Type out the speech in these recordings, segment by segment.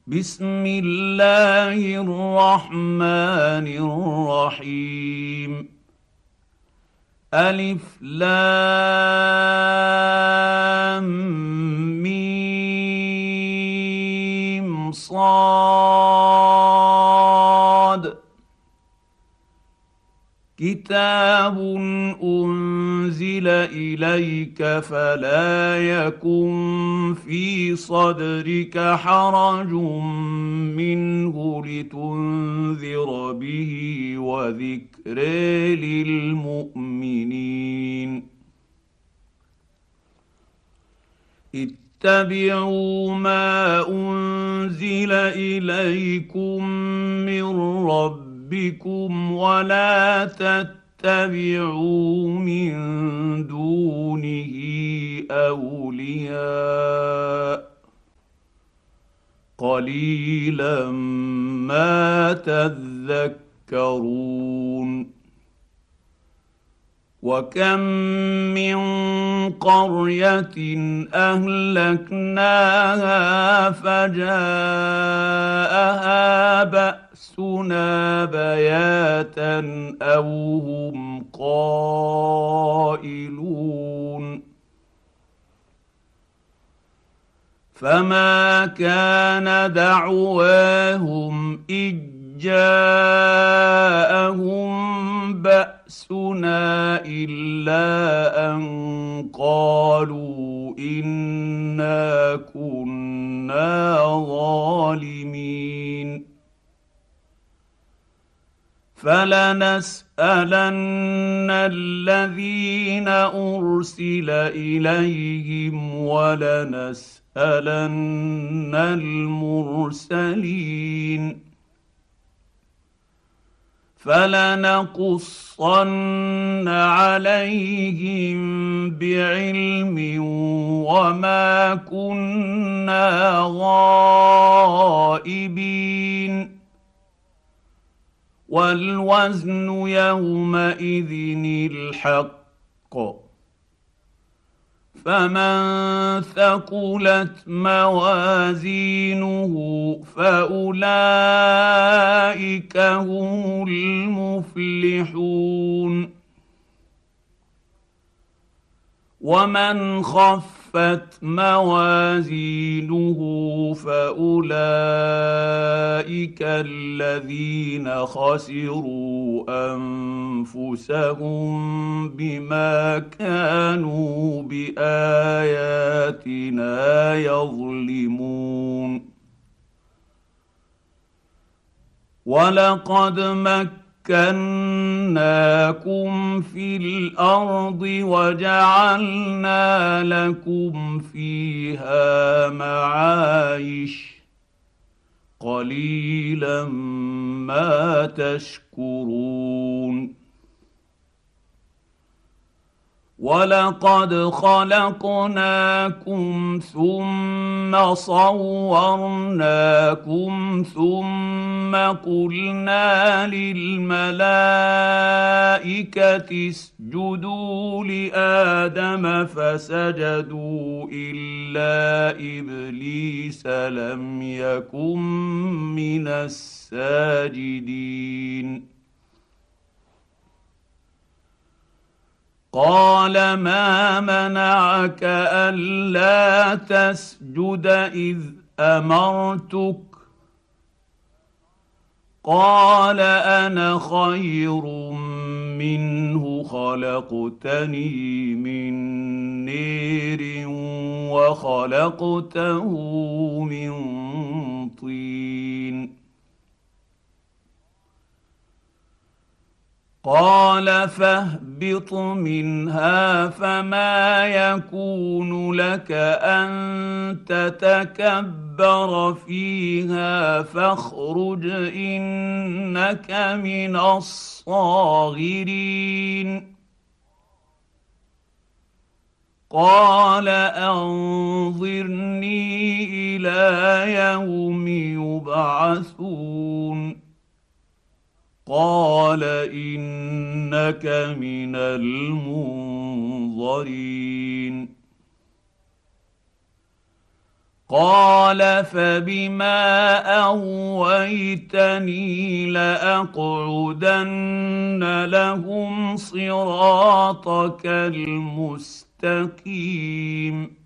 بسم الله الرحمن الرحيم. ألف لام ميم صاد. كتاب أنزل إليك فلا يكن في صدرك حرج منه لتنذر به وذكر للمؤمنين. اتبعوا ما أنزل إليكم من ربكم ولا تتبعوا من دونه أولياء قليلا ما تذكرون. وكم من قرية أهلكناها فجاءها بأسنا بياتا أو هم قائلون. فما كان دعواهم إذ جاءهم بأسنا إلا أن قالوا إنا كنا ظالمين. فلنسألن الذين أرسل إليهم ولنسألن المرسلين. فلنقصن عليهم بعلم وما كنا غائبين. والوزن يومئذ الحق. فمن ثقلت موازينه فأولئك هم المفلحون. ومن خفت موازينه فأولئك الذين خسروا أنفسهم بما كانوا بآياتنا يظلمون. ولقد مكناكم في الأرض وجعلنا لكم فيها معايش قليلا ما تشكرون. ولقد خلقناكم ثم صورناكم ثم قلنا للملائكة اسجدوا لآدم فسجدوا إلا إبليس لم يكن من الساجدين. قال ما منعك ألا تسجد إذ أمرتك؟ قال أنا خير منه خلقتني من نير وخلقته من طين. قال فاهبط منها فما يكون لك أن تتكبر فيها فاخرج إنك من الصاغرين. قال أنظرني إلى يوم يبعثون. قال إنك من المنظرين. قال فبما اغويتني لاقعدن لهم صراطك المستقيم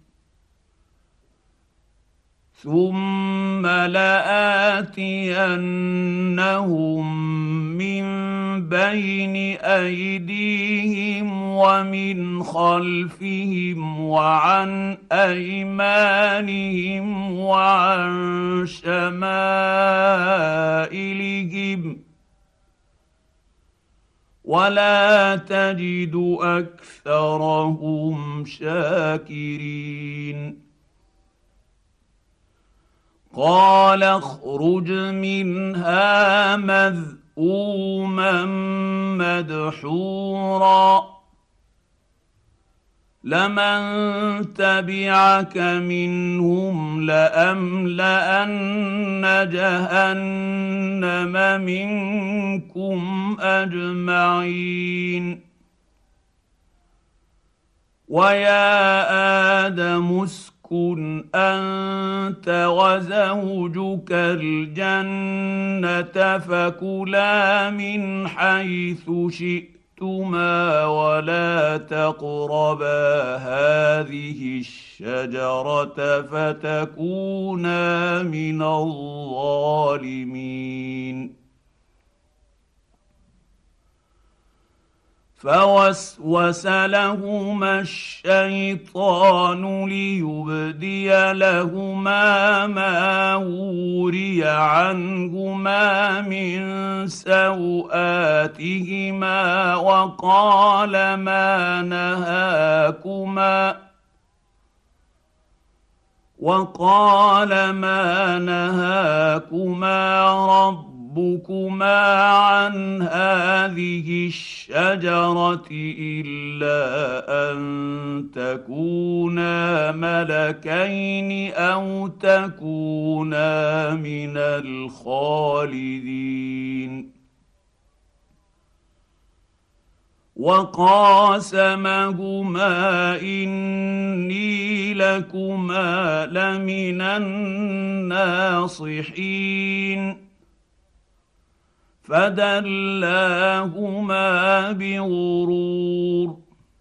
ثم لآتينهم من بين أيديهم ومن خلفهم وعن أيمانهم وعن شمائلهم ولا تجد أكثرهم شاكرين قال اخرج منها مذءوما مدحورا لمن تبعك منهم لأملأن جهنم منكم أجمعين ويا آدم اسكن أنت وزوجك الجنة فكلا من حيث شئتما ولا تقربا هذه الشجرة فتكونا من الظالمين فوسوس لهما الشيطان ليبدي لهما ما وري عنهما من سوآتهما وقال ما نهاكما ربكما عن هذه الشجرة إلا أن تكونا ملكين أو تكونا من الخالدين وقاسمهما إني لكما لمن الناصحين فدلاهما بغرور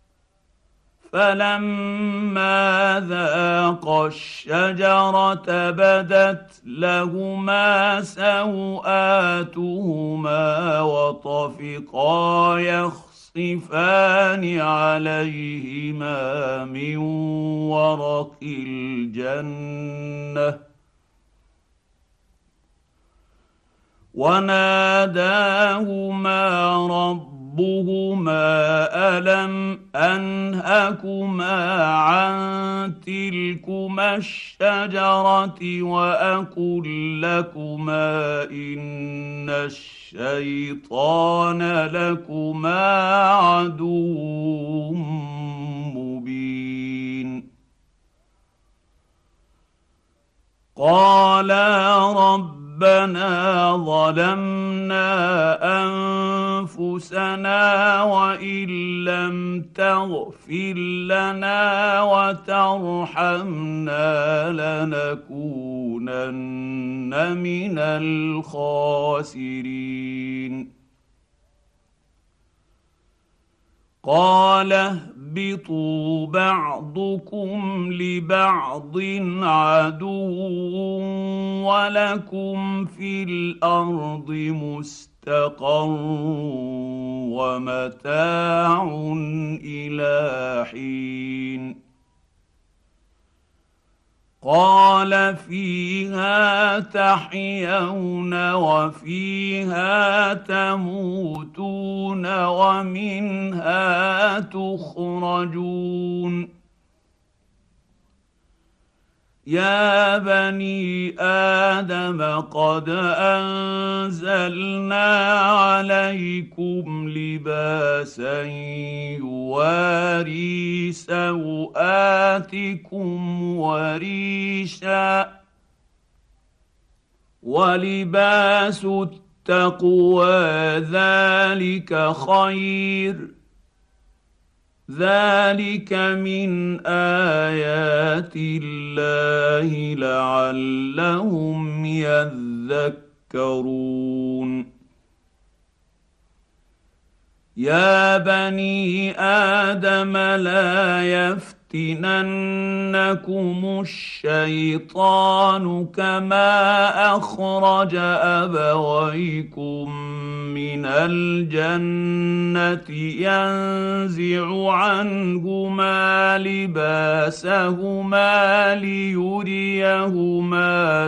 فلما ذاقا الشجرة بدت لهما سوآتهما وطفقا يخصفان عليهما من ورق الجنة وناداهما ربهما ألم أنهكما عن تلكما الشجرة وأقل لكما إن الشيطان لكما عدو مبين قالا ربنا ظلمنا أنفسنا وإن لم تغفر لنا وترحمنا لنكونن من الخاسرين قال اهبطوا بعضكم لبعض عدو ولكم في الأرض مستقر ومتاع إلى حين قال فيها تحيون وفيها تموتون ومنها تخرجون يا بني آدم قد أنزلنا عليكم لباسا يواري سوآتكم وريشا ولباس التقوى ذلك خير ذلك من ايات الله لعلهم يذكرون. يا بني ادم لا يفتننكم الشيطان كما اخرج ابويكم من الجنه ينزع عنهما لباسهما ليريهما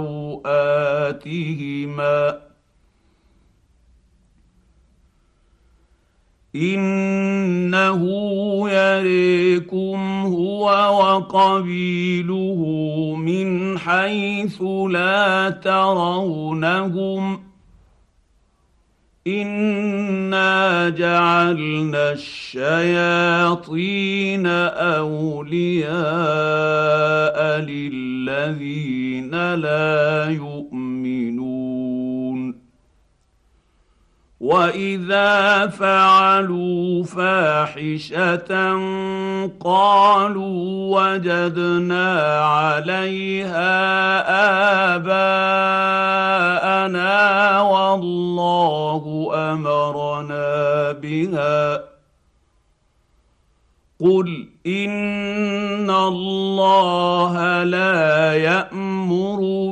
سوآتهما إنه يريكم هو وقبيله من حيث لا ترونهم إنا جعلنا الشياطين أولياء للذين لا يؤمنون وإذا فعلوا فاحشة قالوا وجدنا عليها آباءنا والله أمرنا بها قل إن الله لا يأمر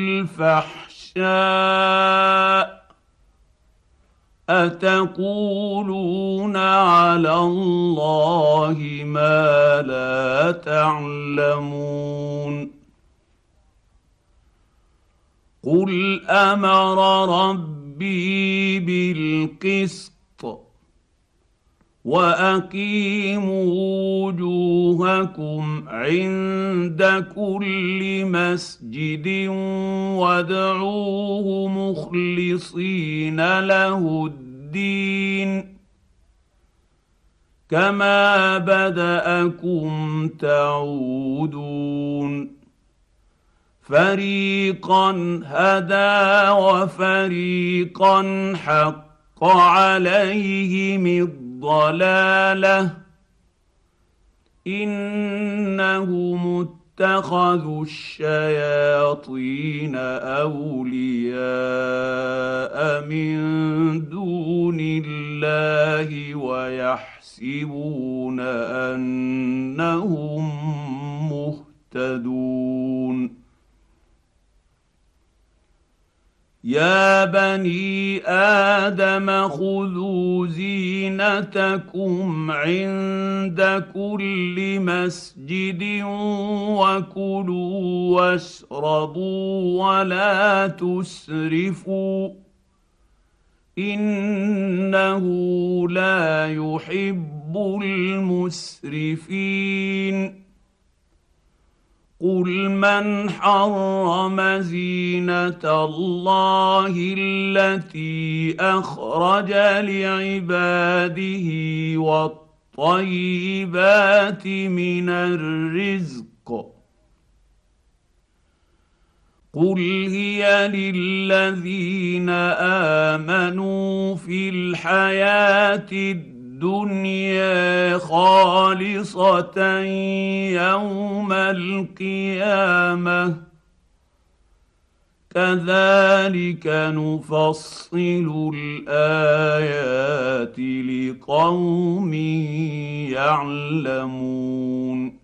بالفحشاء أتقولون على الله ما لا تعلمون قل أمر ربي بالقسط وأقيموا وجوهكم عند كل مسجد وادعوه مخلصين له الدين كما بدأكم تعودون فريقا هدى وفريقا حق عليهم الضلاله إنهم اتخذوا الشياطين أولياء من دون الله ويحسبون أنهم مهتدون يا بني آدم خذوا زينتكم عند كل مسجد وكلوا واشربوا ولا تسرفوا إنه لا يحب المسرفين قل من حرم زينة الله التي أخرج لعباده والطيبات من الرزق قل هي للذين آمنوا في الحياة الدنيا خالصة يوم القيامة كذلك نفصل الآيات لقوم يعلمون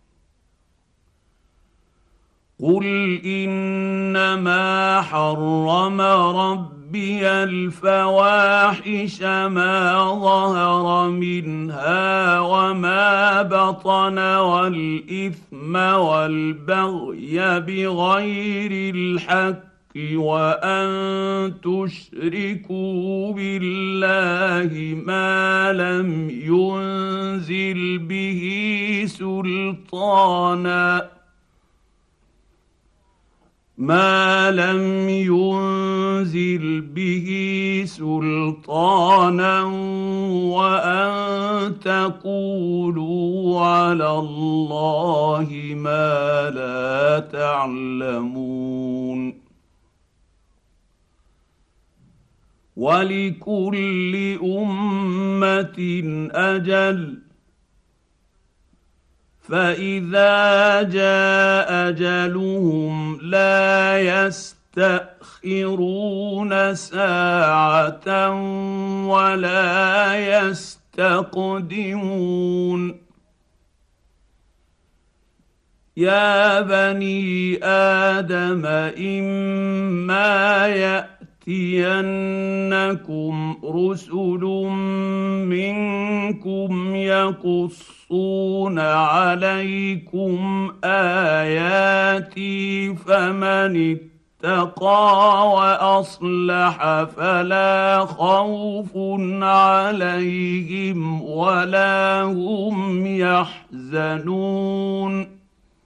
قل إنما حرم ربي الفواحش ما ظهر منها وما بطن والإثم والبغي بغير الحق وأن تشركوا بالله ما لم ينزل به سلطانا وأن تقولوا على الله ما لا تعلمون ولكل أمة أجل فاذا جاء اجلهم لا يستأخرون ساعه ولا يستقدمون. يا بني آدم إما يأتينكم رسل منكم يقصون عليكم آياتي فمن اتقى وأصلح فلا خوف عليهم ولا هم يحزنون.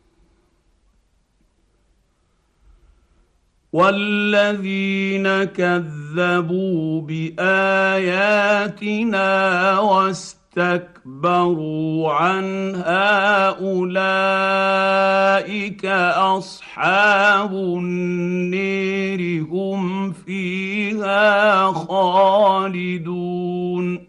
والذين كذبوا بآياتنا واستكبروا عنها أولئك أصحاب النير هم فيها خالدون.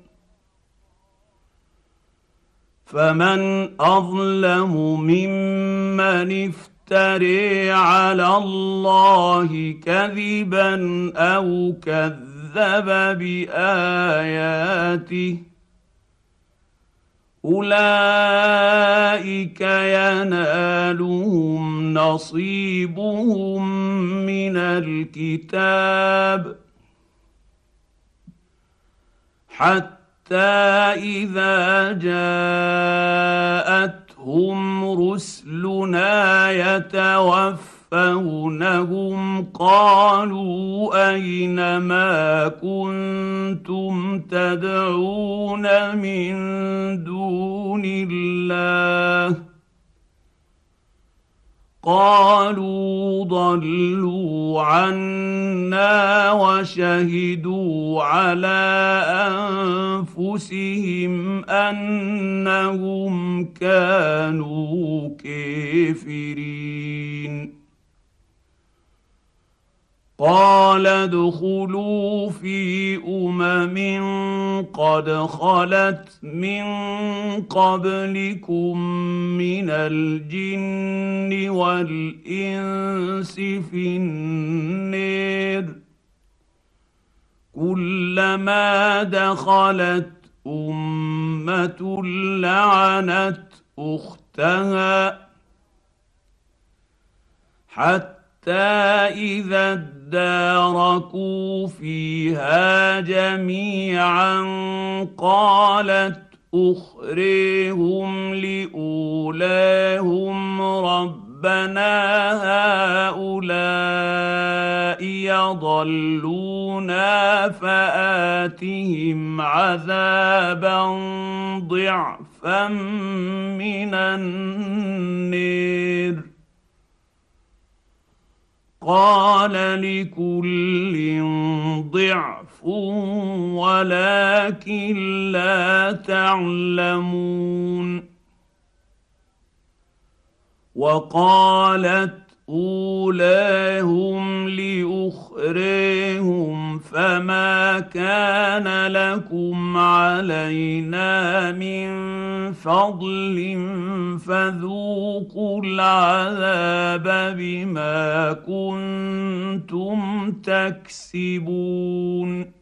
فمن أظلم ممن افترى على الله كذبا أو كذب بآياته أولئك ينالهم نصيبهم من الكتاب حتى إذا جاءتهم رسلنا يتوفونهم قالوا أين ما كنتم تدعون من دون الله قالوا ضلوا عنا وشهدوا على أنفسهم أنهم كانوا كافرين. قال ادخلوا في قد خلت من قبلكم من الجن والإنس في النار كلما دخلت أمة لعنت أختها حتى إذا اداركوا فيها جميعا قالت أخريهم لأولاهم ربنا هؤلاء يضلونا فآتهم عذابا ضعفا من النار قال لكل ضعف ولكن لا تعلمون. وقالت أولاهم لأخريهم فما كان لكم علينا من فضل فذوقوا العذاب بما كنتم تكسبون.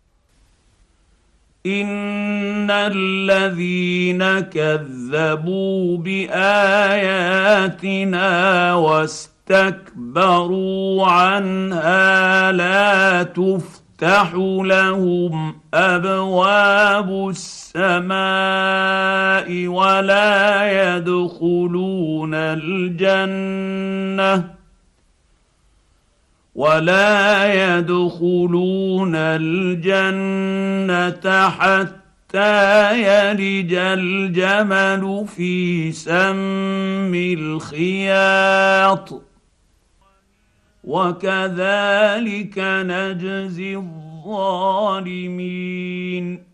إن الذين كذبوا بآياتنا واستكبروا عنها لا تفتح لهم أبواب السماء ولا يدخلون الجنة حتى يلج الجمل في سم الخياط وكذلك نجزي الظالمين.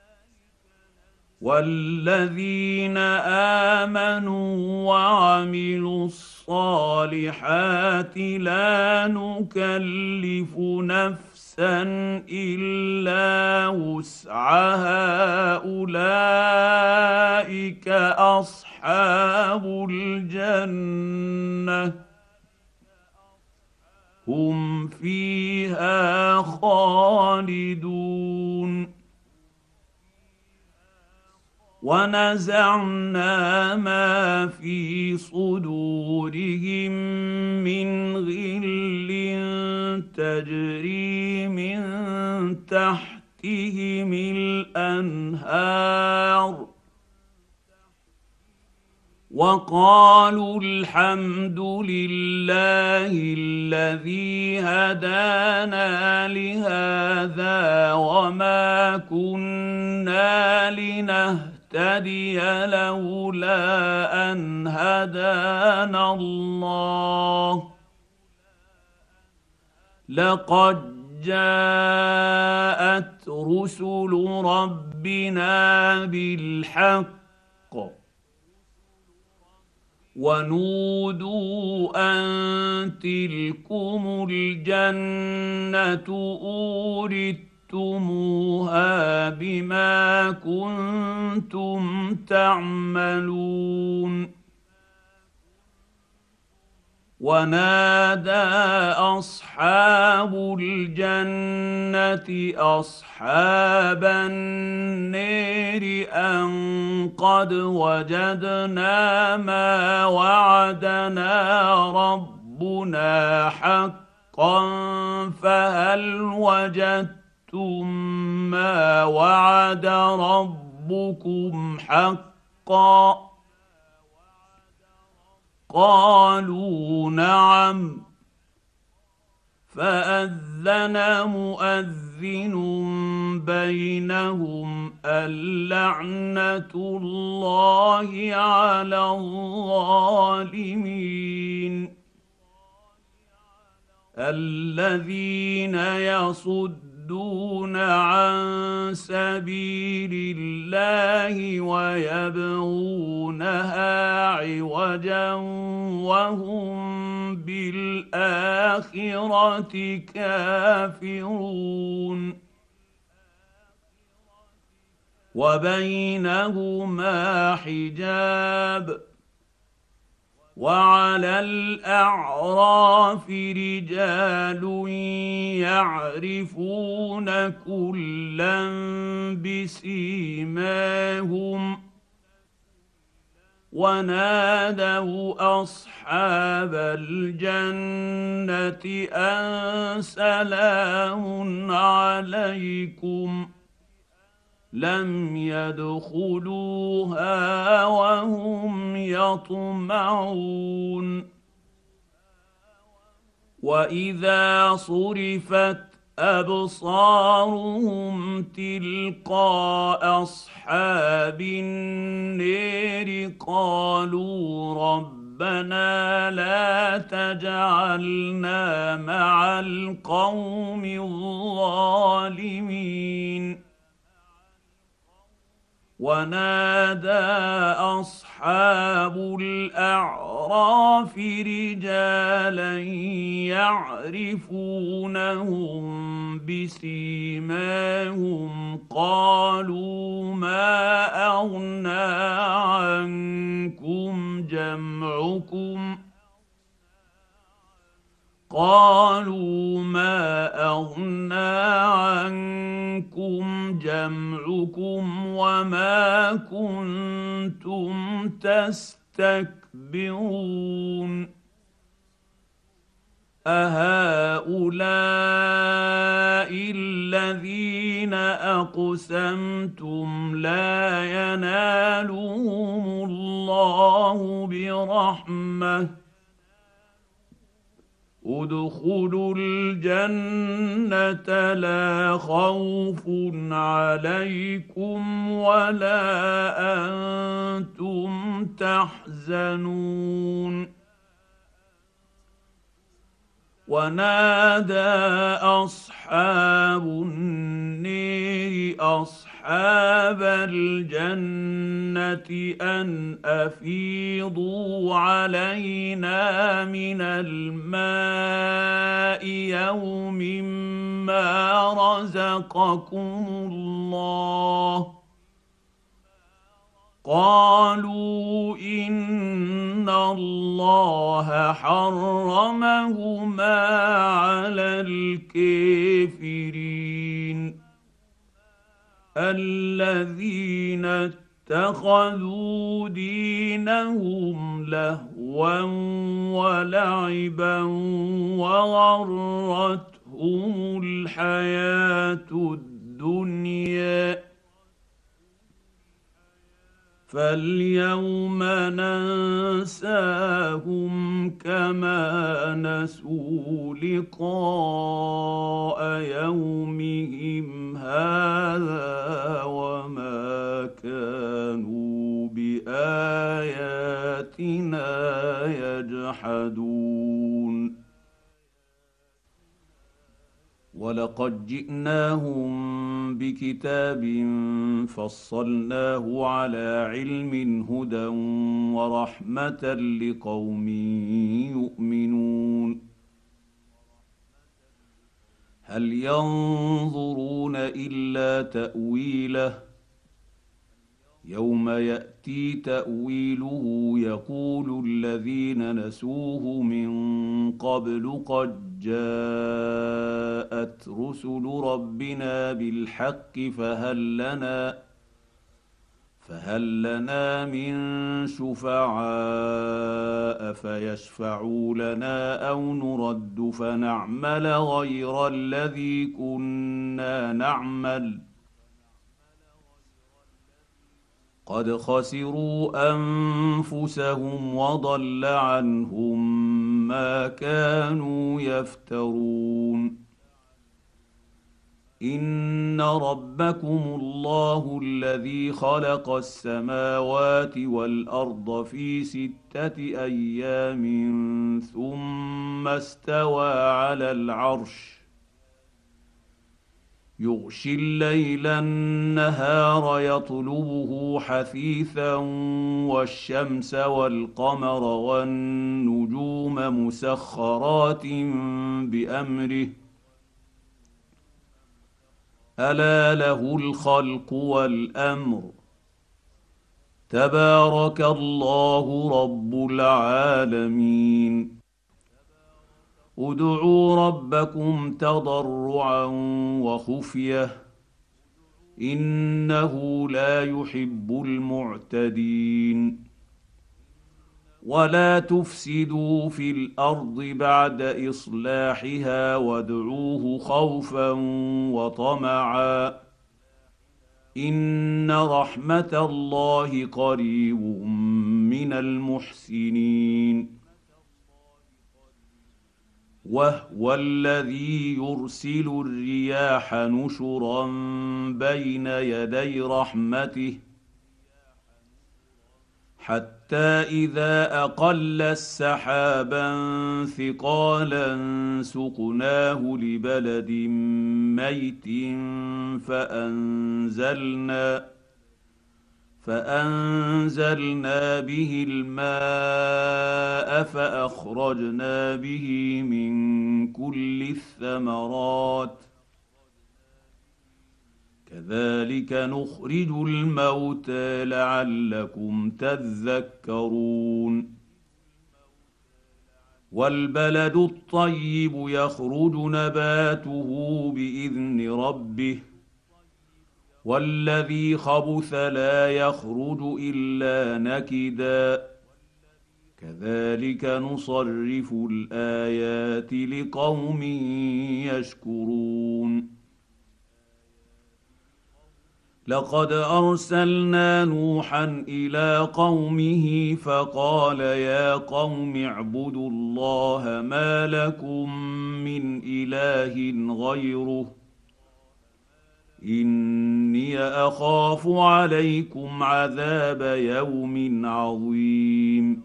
والذين آمنوا وعملوا الصالحات لا نكلف نفسا إلا وسعها أولئك أصحاب اصحاب الجنه هم فيها خالدون. ونزعنا ما في صدورهم من غل تجري من تحتهم الانهار وقالوا الحمد لله الذي هدانا لهذا وما كنا لنهتدي لولا ان هدانا الله لقد جاءت رسل ربنا بالحق ونودوا ان تلكم الجنه اورثتموها بما كنتم تعملون. ونادى اصحاب الجنه اصحاب النار ان قد وجدنا ما وعدنا ربنا حقا فهل وجدتم ما وعد ربكم حقا قالوا نعم فأذن مؤذن بينهم اللعنة الله على الظالمين. الذين يصدون عن سبيل الله ويبغونها عوجا وهم بالآخرة كافرون وبينهما حجاب وعلى الأعراف رجال يعرفون كلا بسيماهم ونادوا أصحاب الجنة أن سلام عليكم لم يدخلوها وهم يطمعون. وإذا صرفت أبصارهم تلقاء أصحاب النار قالوا ربنا لا تجعلنا مع القوم الظالمين. ونادى أصحاب الأعراف رجالا يعرفونهم بسيماهم قالوا ما أغنى عنكم جمعكم وما كنتم تستكبرون أهؤلاء الذين أقسمتم لا ينالهم الله برحمة ادخلوا الجنة لا خوف عليكم ولا أنتم تحزنون. ونادى أصحاب النار أصحاب الجنة أن أفيضوا علينا من الماء يوم ما رزقكم الله قالوا ان الله حرمهما على الكافرين الذين اتخذوا دينهم لهوا ولعبا وغرتهم الحياه الدنيا فاليوم ننساهم كما نسوا لقاء يومهم هذا وما كانوا بآياتنا يجحدون ولقد جئناهم بكتاب فصلناه على علم هدى ورحمة لقوم يؤمنون هل ينظرون إلا تأويله يوم يأتي تأويله يقول الذين نسوه من قبل قد جاءت رسل ربنا بالحق فهل لنا من شفعاء فيشفعوا لنا أو نرد فنعمل غير الذي كنا نعمل قد خسروا أنفسهم وضل عنهم ما كانوا يفترون إن ربكم الله الذي خلق السماوات والأرض في 6 أيام ثم استوى على العرش يغشي الليل النهار يطلبه حثيثا والشمس والقمر والنجوم مسخرات بأمره ألا له الخلق والأمر تبارك الله رب العالمين ادعوا ربكم تضرعا وخفيه انه لا يحب المعتدين ولا تفسدوا في الارض بعد اصلاحها وادعوه خوفا وطمعا ان رحمه الله قريب من المحسنين وهو الذي يرسل الرياح نشرا بين يدي رحمته حتى إذا أقل السحابا ثقالا سقناه لبلد ميت فأنزلنا به الماء فأخرجنا به من كل الثمرات كذلك نخرج الموتى لعلكم تذكرون والبلد الطيب يخرج نباته بإذن ربه والذي خبث لا يخرج إلا نكدا كذلك نصرف الآيات لقوم يشكرون لقد أرسلنا نوحا إلى قومه فقال يا قوم اعبدوا الله ما لكم من إله غيره إني أخاف عليكم عذاب يوم عظيم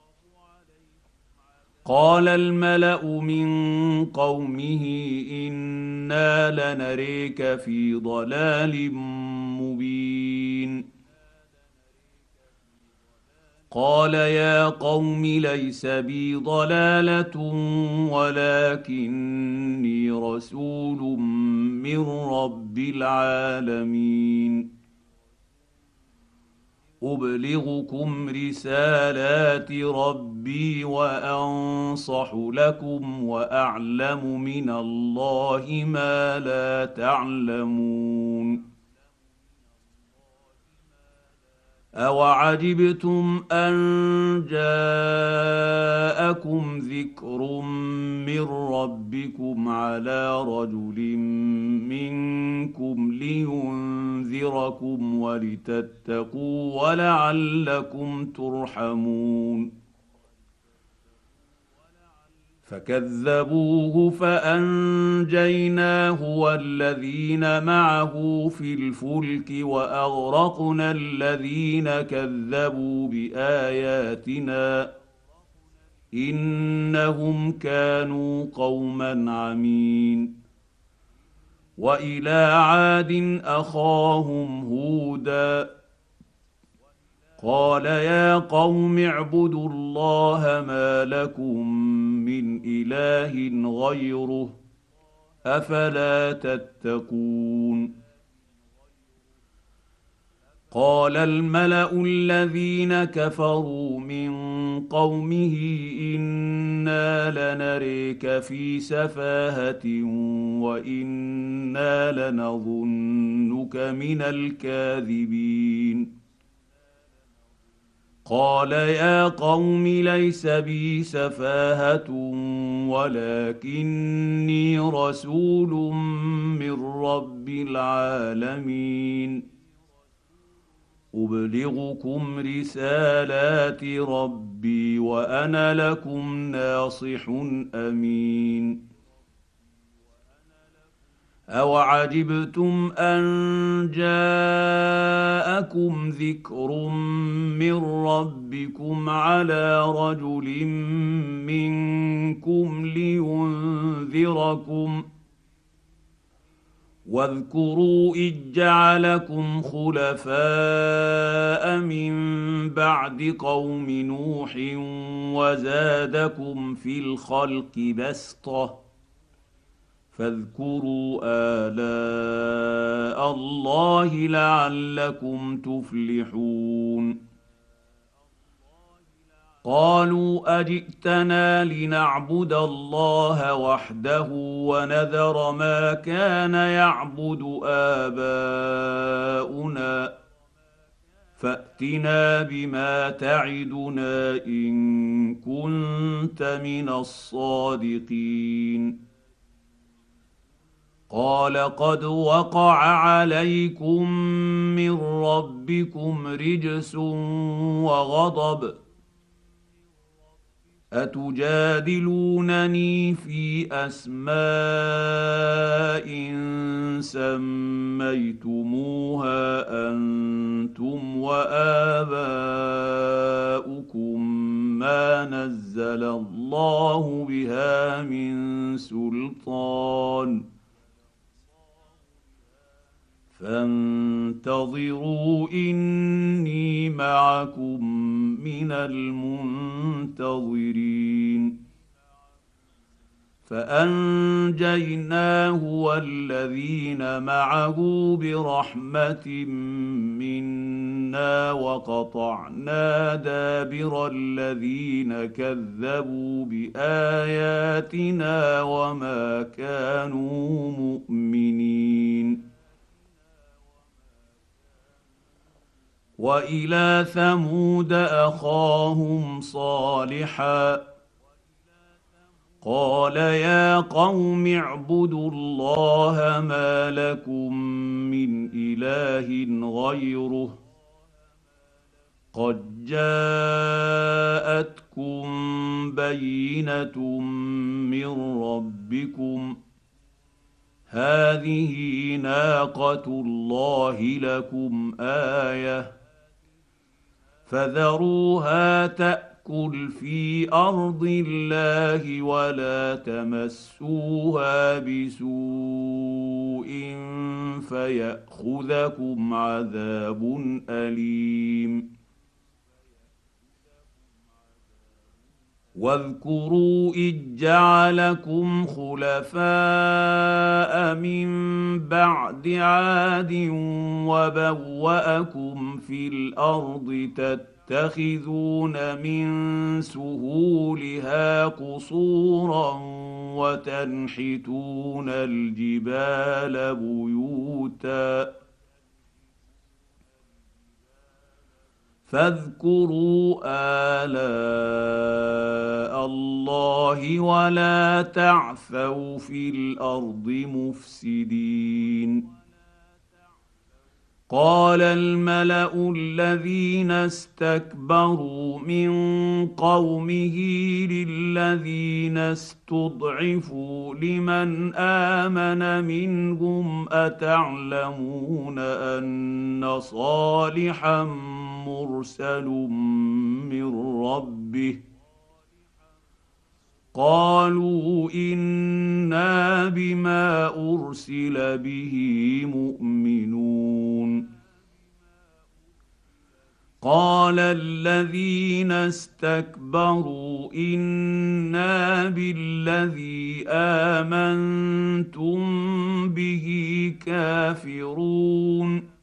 قال الملأ من قومه إنا لنريك في ضلال مبين قال يا قوم ليس بي ضلالة ولكني رسول من رب العالمين ابلغكم رسالات ربي وانصح لكم واعلم من الله ما لا تعلمون. اوعجبتم ان جاءكم ذكر من ربكم على رجل منكم لينذركم ولتتقوا ولعلكم ترحمون. فكذبوه فانجيناه والذين معه في الفلك واغرقنا الذين كذبوا باياتنا انهم كانوا قوما عمين. والى عاد اخاهم هودا قال يا قوم اعبدوا الله ما لكم من اله غيره افلا تتقون. قال الملا الذين كفروا من قومه انا لنريك في سفاهه وانا لنظنك من الكاذبين. قال يا قوم ليس بي سفاهه ولكني رسول من رب العالمين ابلغكم رسالات ربي وانا لكم ناصح امين. اوعجبتم ان جاءكم ذكر من ربكم على رجل منكم لينذركم واذكروا اذ جعلكم خلفاء من بعد قوم نوح وزادكم في الخلق بسطه فاذكروا آلاء الله لعلكم تفلحون. قالوا أجئتنا لنعبد الله وحده ونذر ما كان يعبد آباؤنا فأتنا بما تعدنا إن كنت من الصادقين. قال قد وقع عليكم من ربكم رجس وغضب اتجادلونني في اسماء سميتموها انتم واباؤكم ما نزل الله بها من سلطان فانتظروا اني معكم من المنتظرين. فانجيناه والذين معه برحمه منا وقطعنا دابر الذين كذبوا باياتنا وما كانوا مؤمنين. والى ثمود اخاهم صالحا قال يا قوم اعبدوا الله ما لكم من اله غيره قد جاءتكم بينه من ربكم هذه ناقه الله لكم ايه فذروها تاكل في ارض الله ولا تمسوها بسوء فياخذكم عذاب اليم. واذكروا إذ جعلكم خلفاء من بعد عاد وبوأكم في الأرض تتخذون من سهولها قصورا وتنحتون الجبال بيوتا فاذكروا آلاء الله ولا تعثوا في الأرض مفسدين. قال الملأ الذين استكبروا من قومه للذين استضعفوا لمن آمن منهم أتعلمون أن صالحا مرسل من ربه قالوا إنا بما أرسل به مؤمنون. قال الذين استكبروا إنا بالذي آمنتم به كافرون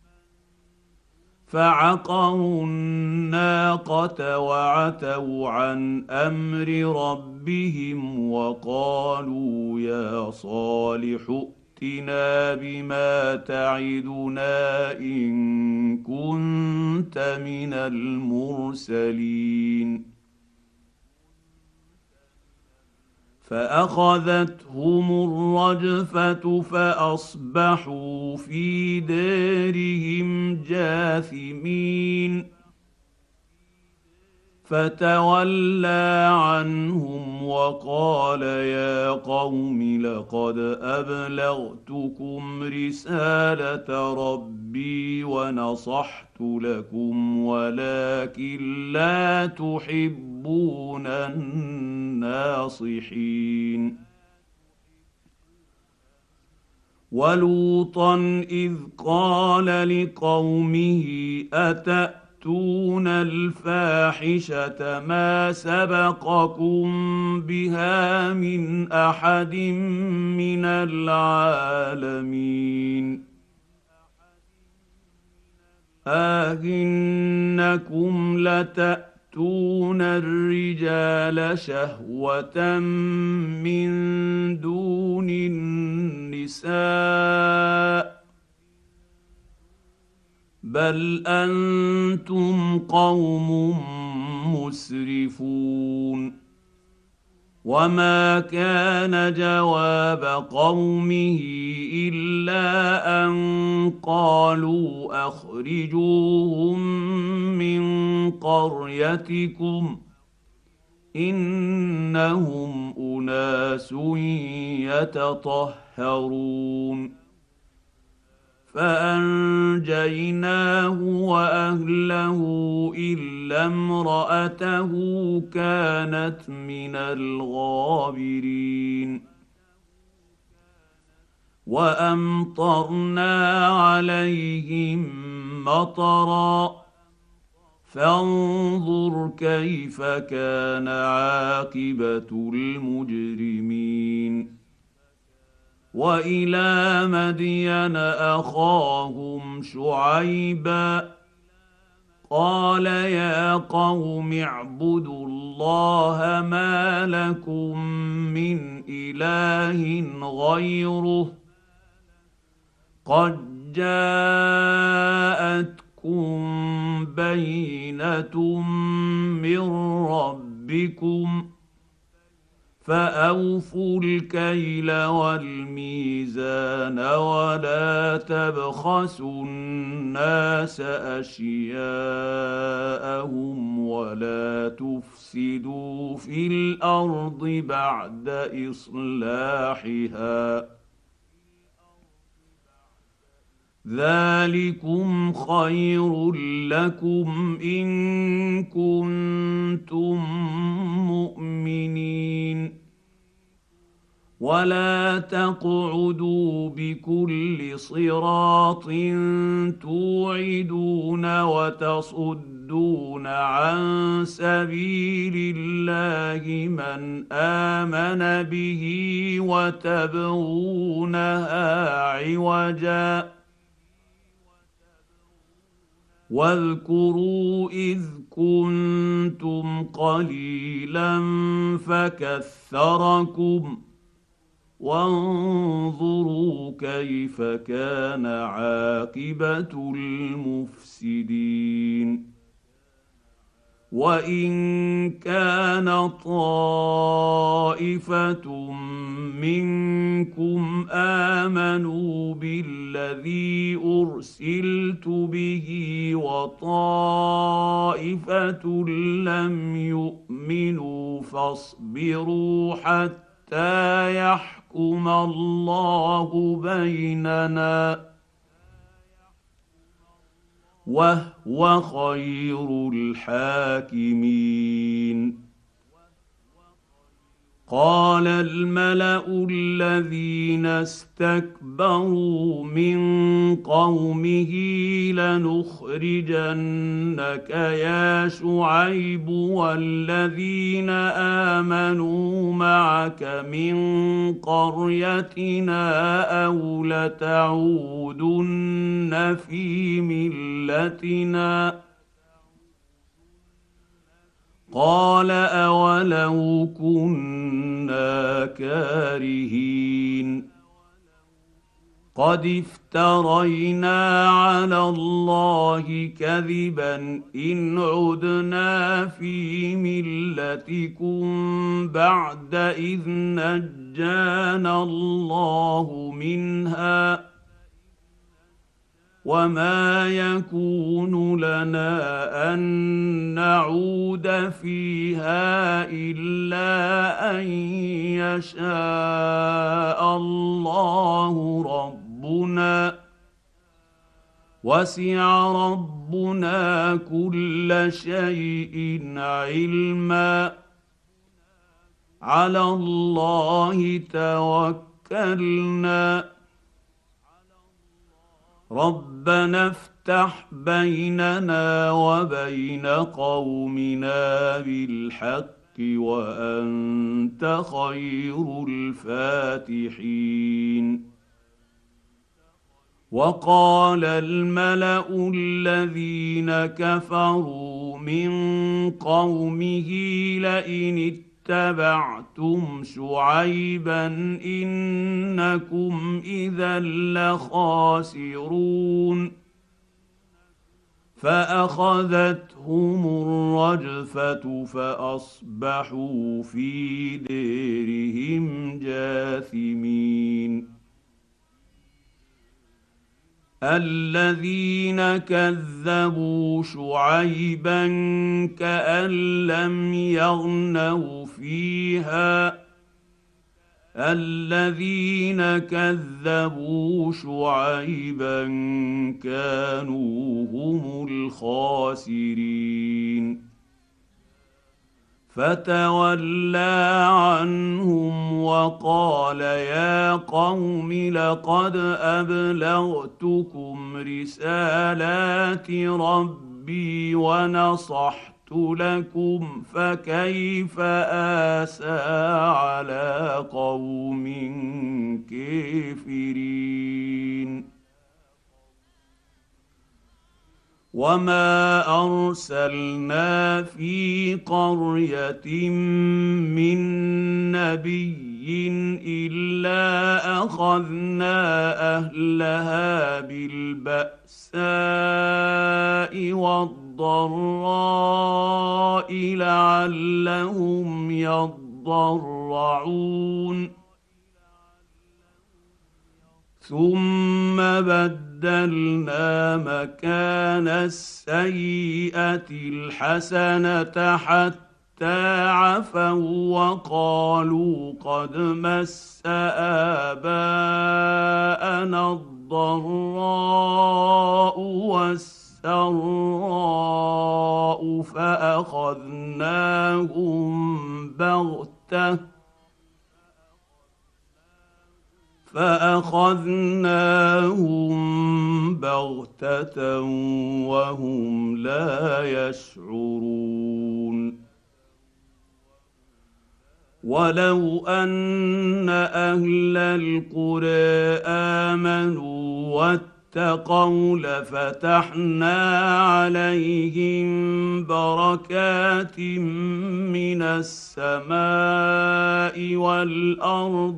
فعقروا الناقة وعتوا عن أمر ربهم وقالوا يا صالح ائتنا بما تعدنا إن كنت من المرسلين. فأخذتهم الرجفة فأصبحوا في دارهم جاثمين. فتولى عنهم وقال يا قوم لقد أبلغتكم رسالة ربي ونصحت لكم ولكن لا تحبون الناصحين. ولوطا إذ قال لقومه أتأتون الفاحشة ما سبقكم بها من أحد من العالمين أئنكم لتأتون الرجال شهوة من دون النساء بل أنتم قوم مسرفون. وما كان جواب قومه إلا أن قالوا أخرجوهم من قريتكم إنهم أناس يتطهرون. فأنجيناه وأهله إلا امرأته كانت من الغابرين. وأمطرنا عليهم مطرا فانظر كيف كان عاقبة المجرمين. وإلى مدين أخاهم شعيبا قال يا قوم اعبدوا الله ما لكم من إله غيره قد جاءتكم بينة من ربكم فأوفوا الكيل والميزان ولا تبخسوا الناس أشياءهم ولا تفسدوا في الأرض بعد إصلاحها ذلكم خير لكم إن كنتم مؤمنين. ولا تقعدوا بكل صراط توعدون وتصدون عن سبيل الله من آمن به وتبغونها عوجا واذكروا إذ كنتم قليلا فكثركم وانظروا كيف كان عاقبة المفسدين وإن كان طائفة منكم آمنوا بالذي أرسلت به وطائفة لم يؤمنوا فاصبروا حتى يحكم الله بيننا وهو خير الحاكمين. قال الملأ الذين استكبروا من قومه لنخرجنك يا شعيب والذين آمنوا معك من قريتنا أو لتعودن في ملتنا قال أولو كنا كارهين قد افترينا على الله كذبا إن عدنا في ملتكم بعد إذ نجانا الله منها وما يكون لنا أن نعود فيها إلا أن يشاء الله ربنا وسع ربنا كل شيء علما على الله توكلنا ربنا افتح بيننا وبين قومنا بالحق وأنت خير الفاتحين. وقال الملأ الذين كفروا من قومه لئن اتبعتم شعيبا إنكم إذا لخاسرون فأخذتهم الرجفة فأصبحوا في ديرهم جاثمين. الذين كذبوا شعيبا كأن لم يغنوا فيها الذين كذبوا شعيبا كانوا هم الخاسرين. فتولى عنهم وقال يا قوم لقد أبلغتكم رسالات ربي ونصحت لكم فكيف آسى على قوم كافرين. وما أرسلنا في قرية من نبي إلا أخذنا أهلها بالبأساء والضراء لعلهم يضرعون ثم بدلنا مكان السيئة الحسنة حتى عفوا وقالوا قد مس آباءنا الضراء والسراء فاخذناهم بغته وهم لا يشعرون. ولو ان اهل القرى امنوا واتقوا لفتحنا عليهم بركات من السماء والارض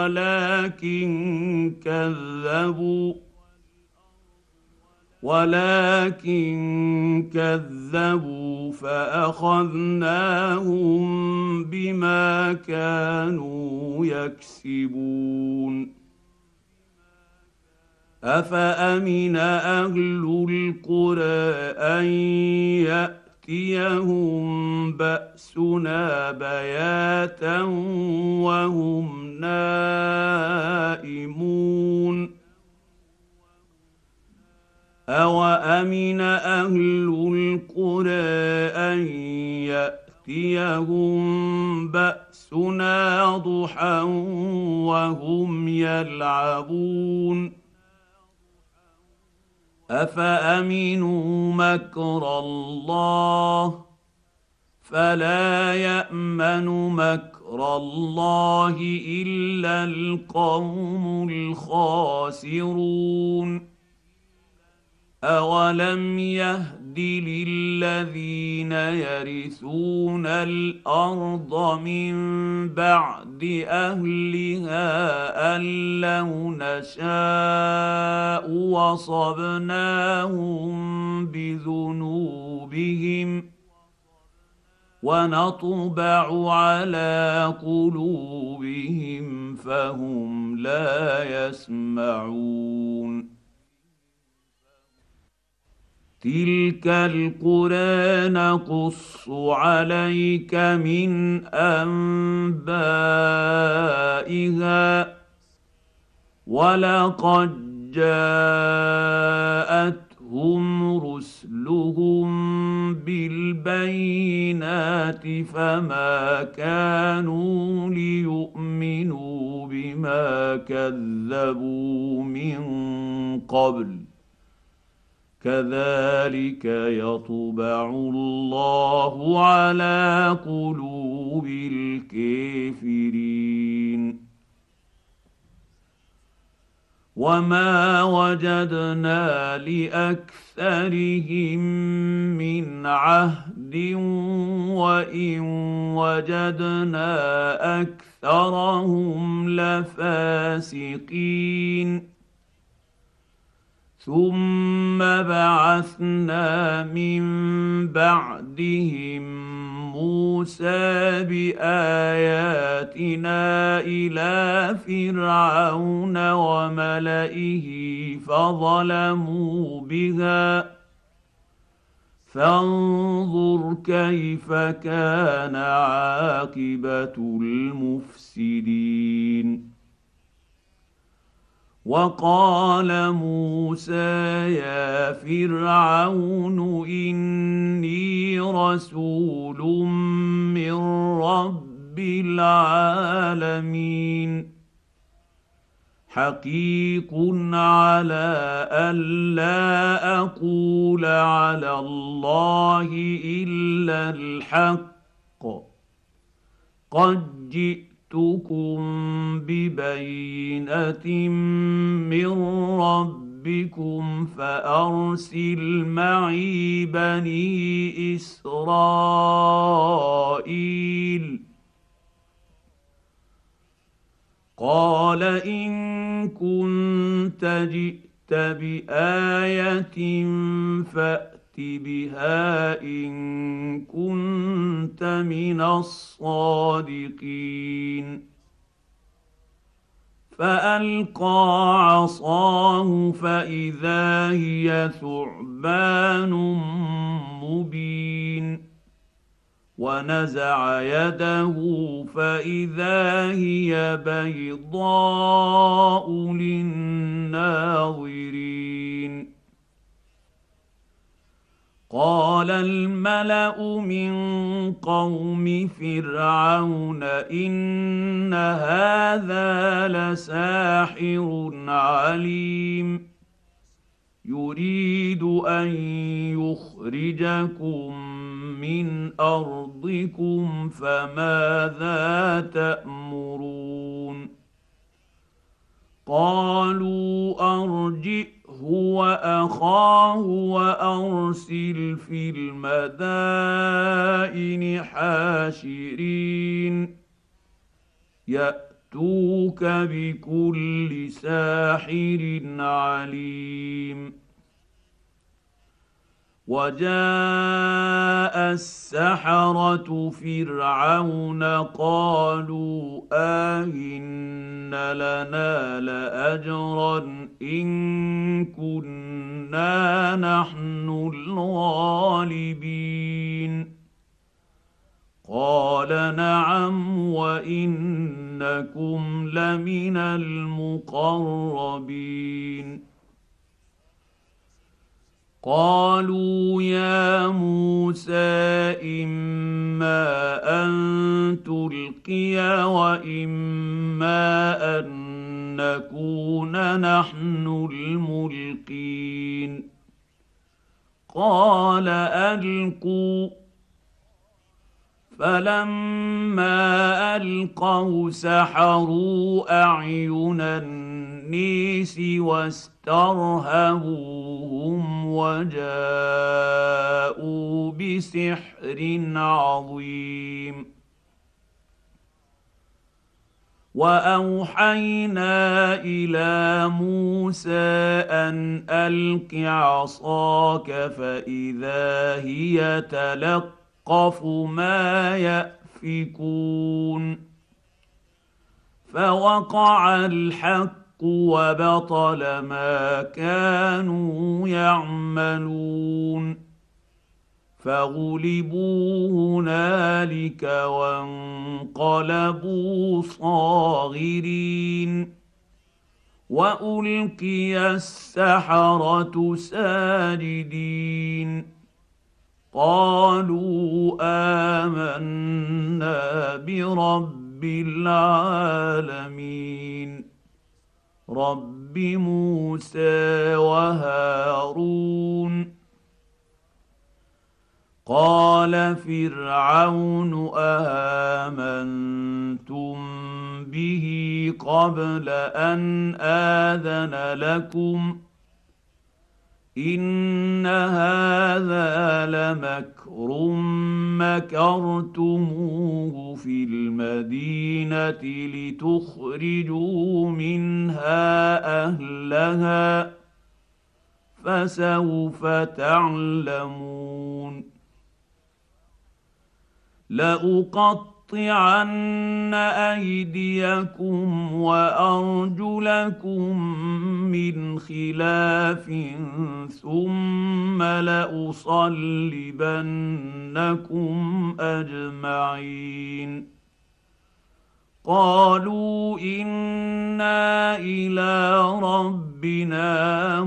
ولكن كذبوا فاخذناهم بما كانوا يكسبون. افامن اهل القرى ان ياتيهم باسنا بياتا وهم نائمون. أوأمن أهل القرى أن يأتيهم بأسنا ضحى وهم يلعبون. أفأمنوا مكر الله فلا يأمن مكر الله إلا القوم الخاسرون. أولم يهد للذين يرثون الأرض من بعد أهلها أن لو نشاء وصبناهم بذنوبهم ونطبع على قلوبهم فهم لا يسمعون. تلك القرى نقص عليك من أنبائها ولقد جاءتهم رسلهم بالبينات فما كانوا ليؤمنوا بما كذبوا من قبل كذلك يطبع الله على قلوب الكافرين. وما وجدنا لأكثرهم من عهد وإن وجدنا أكثرهم لفاسقين. ثم بعثنا من بعدهم موسى بآياتنا إلى فرعون وملئه فظلموا بها فانظر كيف كان عاقبة المفسدين. وقال موسى يا فرعون إني رسول من رب العالمين حقيق على ألا أقول على الله إلا الحق قد جئتكم ببينة من ربكم فأرسل معي بني إسرائيل. قال إن كنت جئت بآية فأت بها إن كنت من الصادقين. فألقى عصاه فإذا هي ثعبان مبين ونزع يده فإذا هي بيضاء للناظرين. قال الملأ من قوم فرعون إن هذا لساحر عليم يريد أن يخرجكم من أرضكم فماذا تأمرون قالوا أرجئه وأخاه وأرسل في المدائن حاشرين يأتوك بكل ساحر عليم وجاء السحرة فرعون قالوا آئن لنا لأجرا إن كنا نحن الغالبين قال نعم وإنكم لمن المقربين قالوا يا موسى إما أن تلقي وإما أن نكون نحن الملقين قال ألقوا فلما ألقوا سحروا أعين النيس واسترهبوهم وجاءوا بسحر عظيم وأوحينا إلى موسى أن ألق عصاك فإذا هي تلقف ما يأفكون فوقع الحق وبطل ما كانوا يعملون فغلبوا هنالك وانقلبوا صاغرين وألقي السحرة ساجدين قالوا آمنا برب العالمين رب موسى وهارون قال فرعون آمنتم به قبل أن آذن لكم إن هذا لمكر مكرتموه في المدينة لتخرجوا منها أهلها فسوف تعلمون لأقطعن أيديكم وأرجلكم من خلاف ثم لأصلبنكم أجمعين قالوا إنا إلى ربنا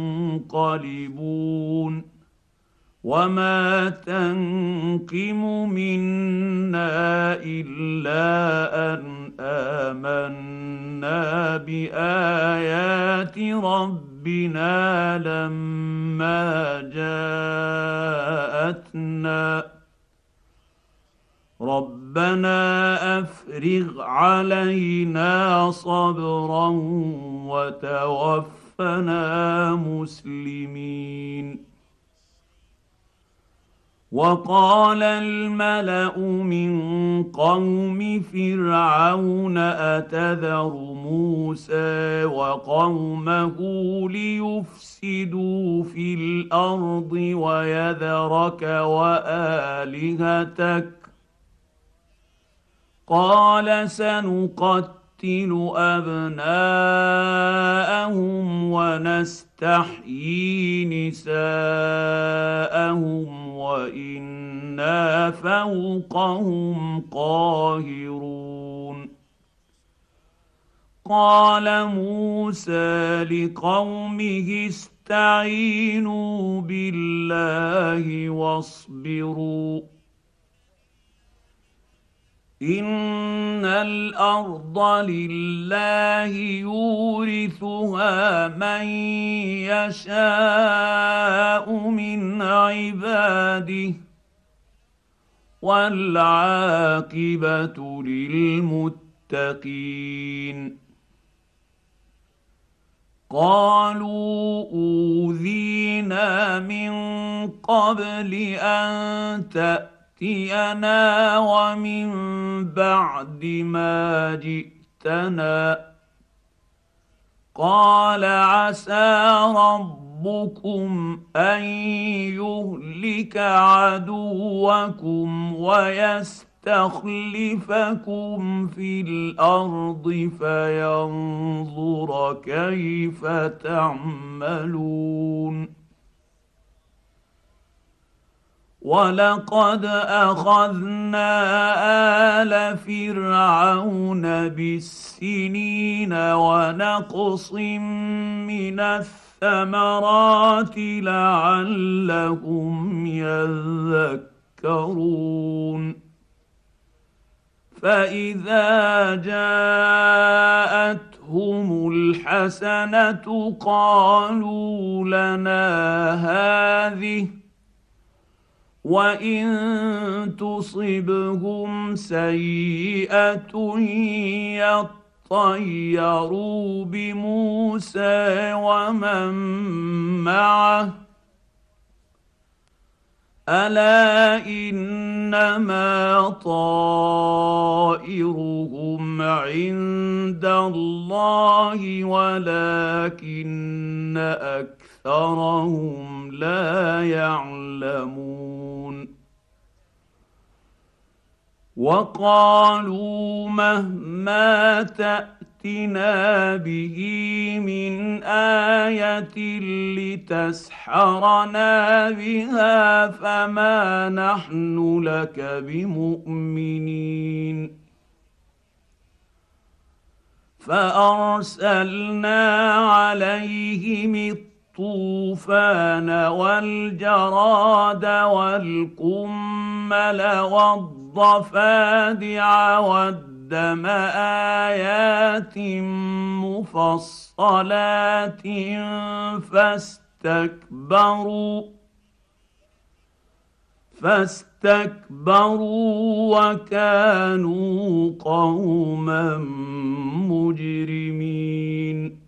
منقلبون وما تنقم منا إلا أن آمنا بآيات ربنا لما جاءتنا ربنا أفرغ علينا صبرا وتوفنا مسلمين وقال الملأ من قوم فرعون أتذر موسى وقومه ليفسدوا في الأرض ويذرك وآلهتك قال سنقتل أبناءهم ونستحيي نساءهم وإنا فوقهم قاهرون قال موسى لقومه فاستعينوا بالله واصبروا ان الارض لله يورثها من يشاء من عباده والعاقبه للمتقين. قالوا اوذينا من قبل ان تأتينا ومن بعد ما جئتنا. قال عسى ربكم ان يهلك عدوكم ويستخلفكم في الارض فينظر كيف تعملون. ولقد اخذنا آل فرعون بالسنين ونقص من الثمرات لعلهم يذكرون. فإذا جاءتهم الحسنة قالوا لنا هذه وإن تصبهم سيئة يطيروا بموسى ومن معه ألا إنما طائرهم عند الله ولكن أكثرهم لا يعلمون. وقالوا مهما تأتنا به من آية لتسحرنا بها فما نحن لك بمؤمنين. فأرسلنا عليهم الطوفان والجراد والقمل والضفادع والدم آيات مفصلات فاستكبروا وكانوا قوما مجرمين.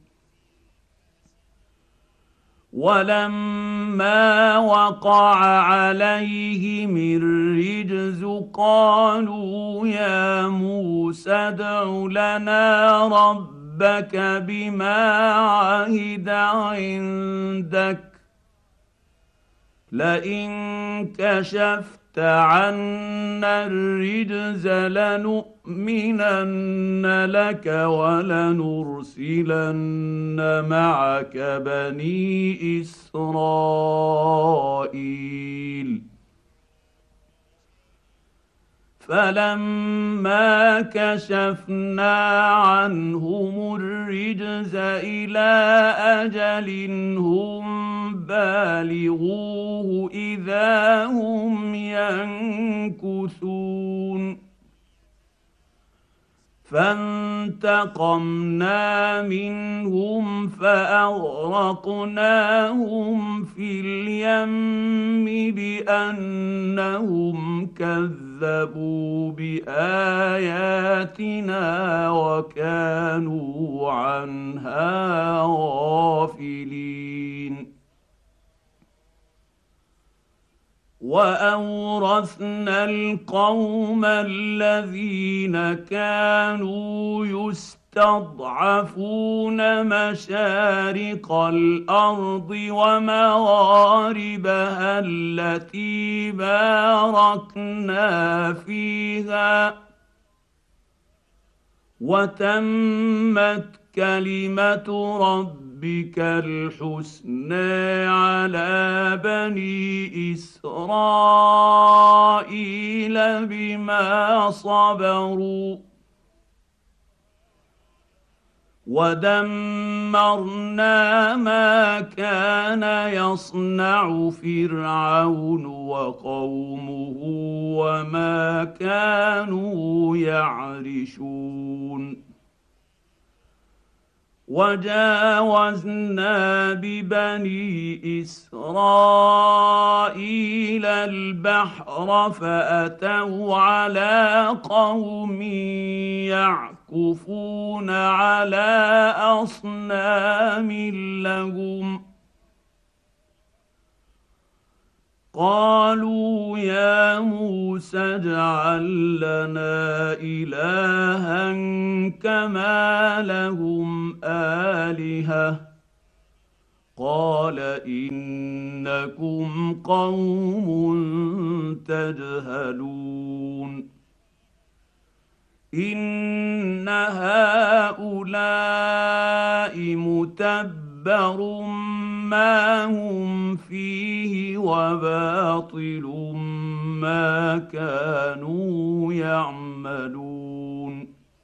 ولما وقع عليهم الرجز قالوا يا موسى ادع لنا ربك بما عهد عندك لئن كشفت عنا الرجز لنؤمنن لك ولنرسلن معك بني إسرائيل. فلما كشفنا عنهم الرجز إلى أجل هم بالغوه إذا هم ينكثون. فانتقمنا منهم فأغرقناهم في اليم بأنهم كذبوا بآياتنا وكانوا عنها غافلين. وأورثنا القوم الذين كانوا يستضعفون مشارق الأرض ومغاربها التي باركنا فيها وتمت كلمة ربك الحسنى على بني إسرائيل بما صبروا ودمرنا ما كان يصنع فرعون وقومه وما كانوا يعرشون. وجاوزنا ببني إسرائيل البحر فأتوا على قوم يعكفون على أصنام لهم قالوا يا موسى اجعل لنا إلها كما لهم آلهة قال إنكم قوم تجهلون. إن هؤلاء متبر ما هم فيه وباطل ما كانوا يعملون.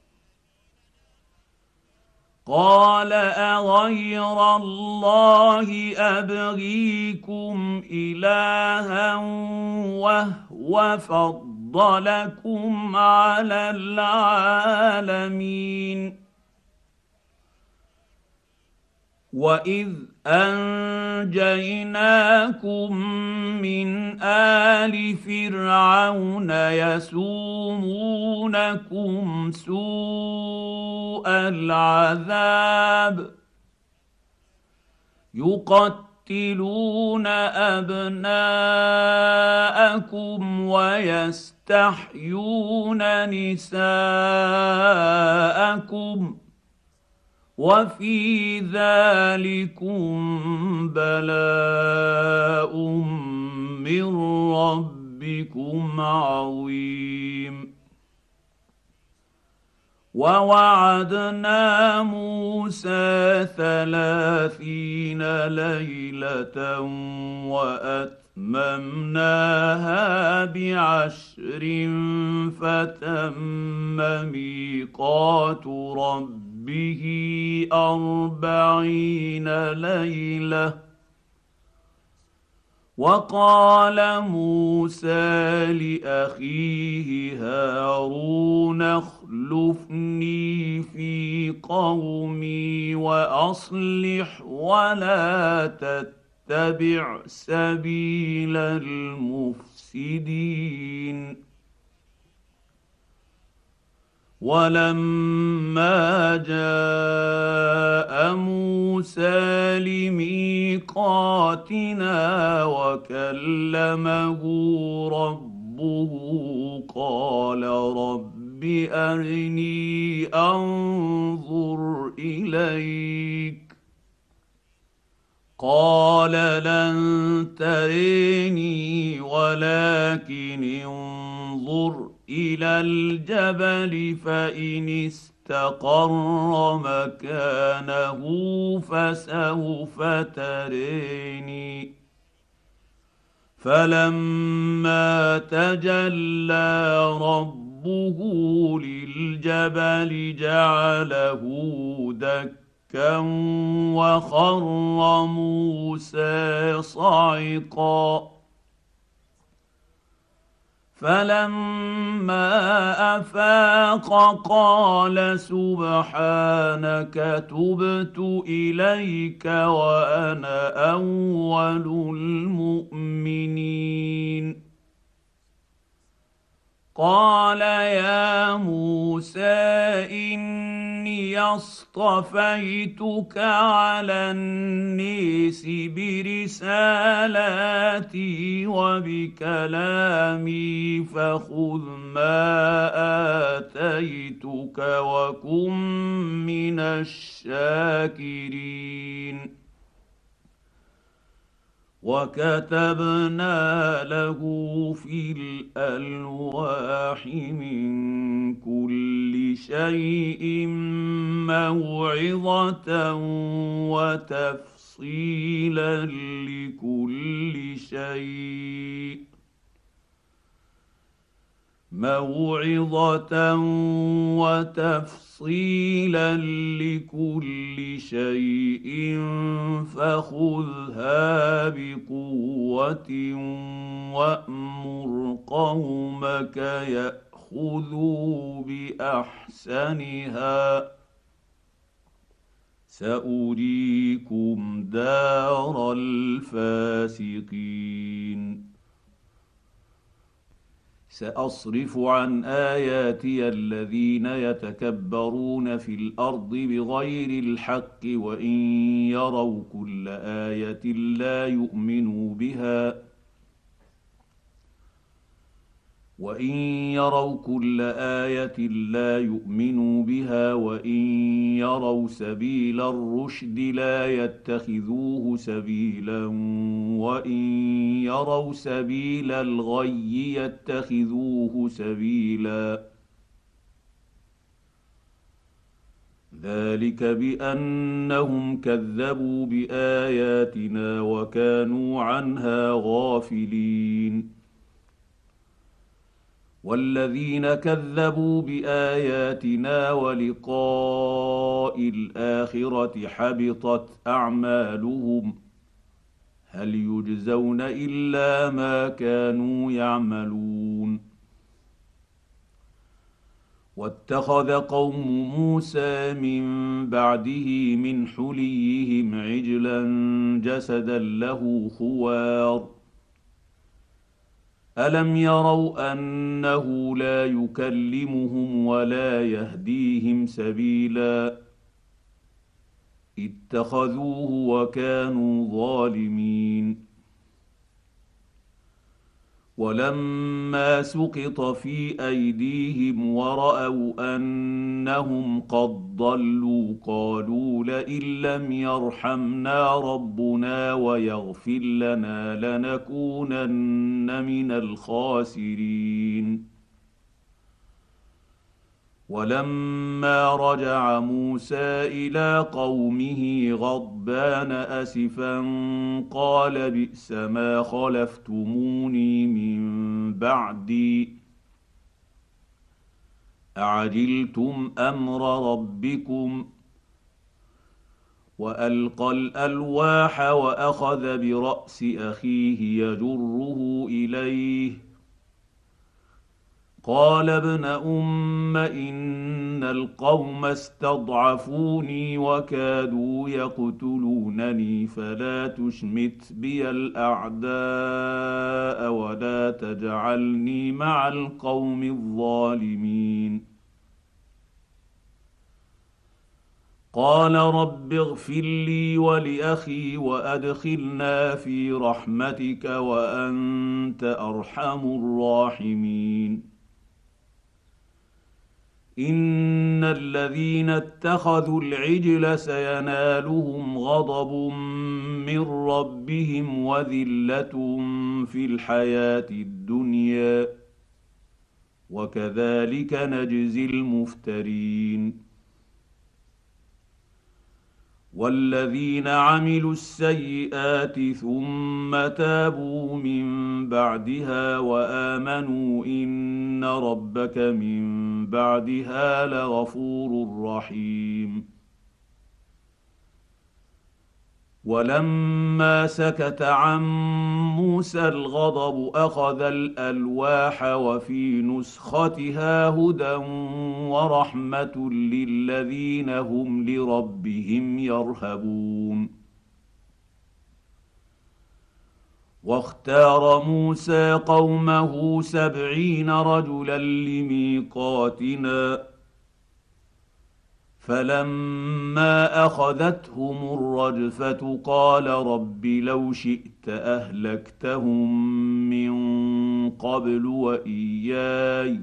قال أغير الله أبغيكم إلها وهو فضلكم على العالمين. وإذ أنجيناكم من آل فرعون يسومونكم سوء العذاب يقتلون أبناءكم ويستحيون نساءكم وفي ذلكم بلاء من ربكم عظيم. ووعدنا موسى 30 ليلة وأتممناها ب10 فتم ميقات ربه 40 ليلة. وقال موسى لأخيه هارون اخلفني في قومي وأصلح ولا تتبع سبيل المفسدين. ولما جاء موسى لميقاتنا وكلمه ربه قال رب أرني أنظر إليك قال لن تريني ولكن انظر إلى الجبل فإن استقر مكانه فسوف تريني. فلما تجلى ربه للجبل جعله دكا وخر موسى صعقا. فلما أفاق قال سبحانك تبت إليك وأنا أول المؤمنين. قال يا موسى إني اصطفيتك على الناس برسالاتي وبكلامي فخذ ما آتيتك وكن من الشاكرين. وكتبنا له في الألواح من كل شيء موعظة وتفصيلا لكل شيء موعظة وتفصيلا لكل شيء فخذها بقوة وأمر قومك يأخذوا بأحسنها سأريكم دار الفاسقين سأصرف عن آياتي الذين يتكبرون في الأرض بغير الحق وإن يروا كل آية لا يؤمنوا بها وإن يروا سبيل الرشد لا يتخذوه سبيلا وإن يروا سبيل الغي يتخذوه سبيلا ذلك بأنهم كذبوا بآياتنا وكانوا عنها غافلين والذين كذبوا بآياتنا ولقاء الآخرة حبطت أعمالهم هل يجزون إلا ما كانوا يعملون واتخذ قوم موسى من بعده من حليهم عجلا جسدا له خوار ألم يروا أنه لا يكلمهم ولا يهديهم سبيلا اتخذوه وكانوا ظالمين ولما سقط في أيديهم ورأوا أنهم قد ضلوا قالوا لئن لم يرحمنا ربنا ويغفر لنا لنكونن من الخاسرين ولما رجع موسى إلى قومه غضبان أسفا قال بئس ما خلفتموني من بعدي أعجلتم أمر ربكم وألقى الألواح وأخذ برأس أخيه يجره إليه قال ابن أم إن القوم استضعفوني وكادوا يقتلونني فلا تشمت بي الأعداء ولا تجعلني مع القوم الظالمين قال رب اغفر لي ولأخي وأدخلنا في رحمتك وأنت أرحم الراحمين إن الذين اتخذوا العجل سينالهم غضب من ربهم وذلة في الحياة الدنيا وكذلك نجزي المفترين والذين عملوا السيئات ثم تابوا من بعدها وآمنوا إن ربك من بعدها لغفور رحيم ولما سكت عن موسى الغضب أخذ الألواح وفي نسختها هدى ورحمة للذين هم لربهم يرهبون واختار موسى قومه 70 رجلا لميقاتنا فلما أخذتهم الرجفة قال رب لو شئت أهلكتهم من قبل وإياي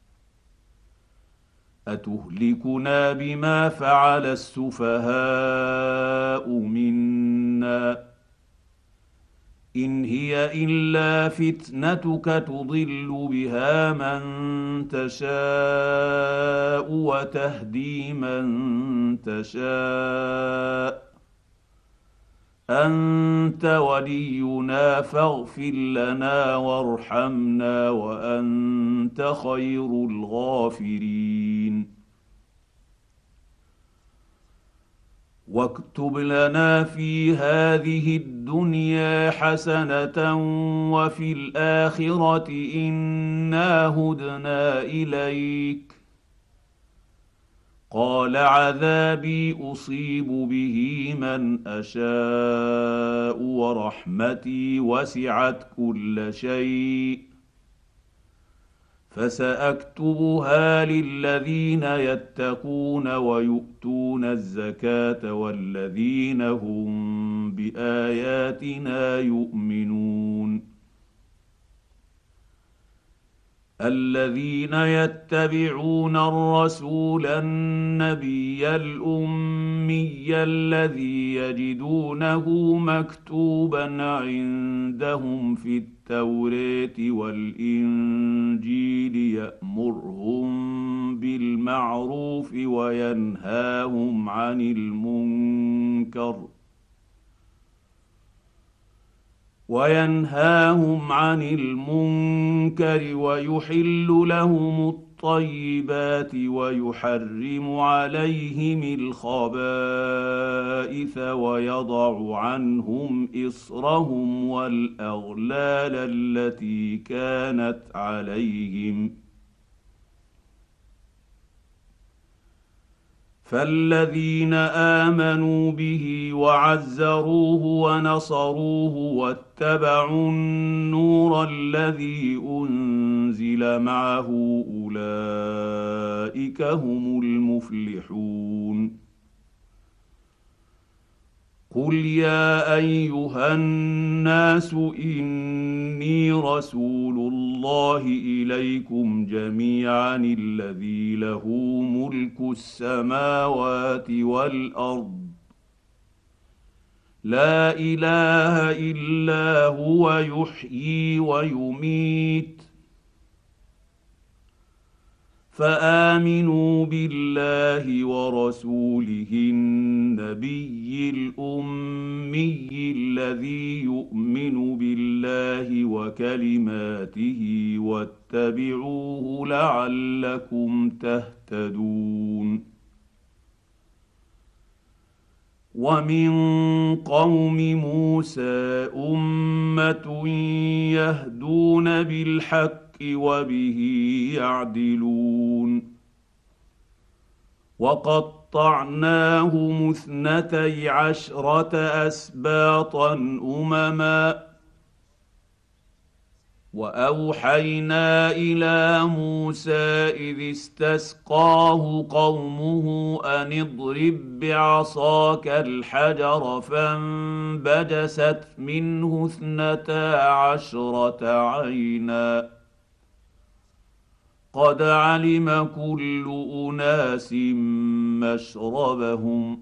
أتهلكنا بما فعل السفهاء منا إن هي إلا فتنتك تضل بها من تشاء وتهدي من تشاء أنت انت ولينا فاغفر لنا وارحمنا وانت خير الغافرين. واكتب لنا في هذه الدنيا حسنه وفي الاخره انا هدنا اليك. قال عذابي اصيب به من اشاء ورحمتي وسعت كل شيء فساكتبها للذين يتقون ويؤتون الزكاه والذين هم باياتنا يؤمنون. الذين يتبعون الرسول النبي الامي الذي يجدونه مكتوبا عندهم في التوراه والانجيل يامرهم بالمعروف وينهاهم عن المنكر ويحل لهم الطيبات ويحرم عليهم الخبائث ويضع عنهم إصرهم والأغلال التي كانت عليهم. فالذين آمنوا به وعزروه ونصروه واتبعوا النور الذي أنزل معه أولئك هم المفلحون. قل يا ايها الناس اني رسول الله اليكم جميعا الذي له ملك السماوات والارض لا اله الا هو يحيي ويميت. فامنوا بالله ورسوله النبي الامي الذي يؤمن بالله وكلماته واتبعوه لعلكم تهتدون. ومن قوم موسى امه يهدون بالحق وبه يعدلون. وقطعناهم 12 أسباطا أمما وأوحينا إلى موسى إذ استسقاه قومه أن اضرب بعصاك الحجر فانبجست منه 12 عينا قد علم كل أناس مشربهم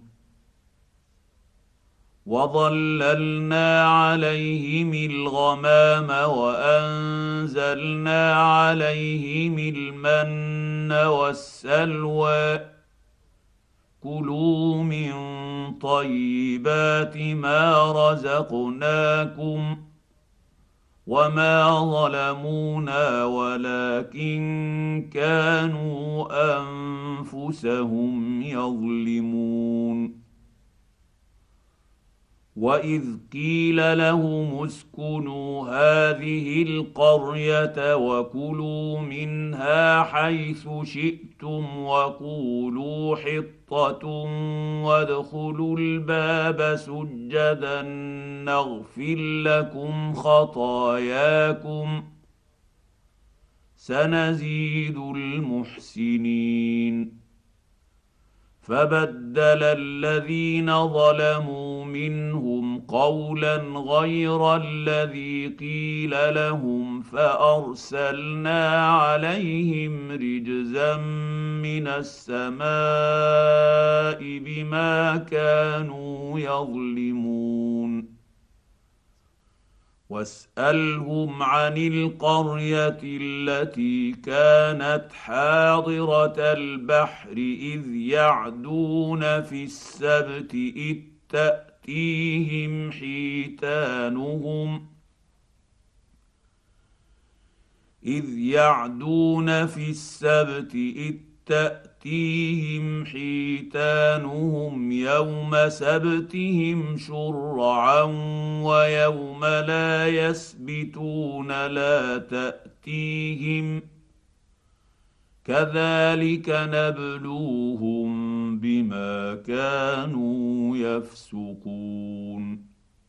وظللنا عليهم الغمام وأنزلنا عليهم المن والسلوى كلوا من طيبات ما رزقناكم وما ظلمونا ولكن كانوا انفسهم يظلمون. واذ قيل لهم اسكنوا هذه القريه وكلوا منها حيث شئتم وقولوا حطه وادخلوا الباب سجدا نغفر لكم خطاياكم سنزيد المحسنين. فبدل الذين ظلموا منهم قولا غير الذي قيل لهم فارسلنا عليهم رجزا من السماء بما كانوا يظلمون. واسالهم عن القريه التي كانت حاضره البحر اذ يعدون في السبت اذ تأتيهم حيتانهم إذ يعدون في السبت إذ تأتيهم حيتانهم يوم سبتهم شرعا ويوم لا يسبتون لا تأتيهم كذلك نبلوهم بما كانوا يفسقون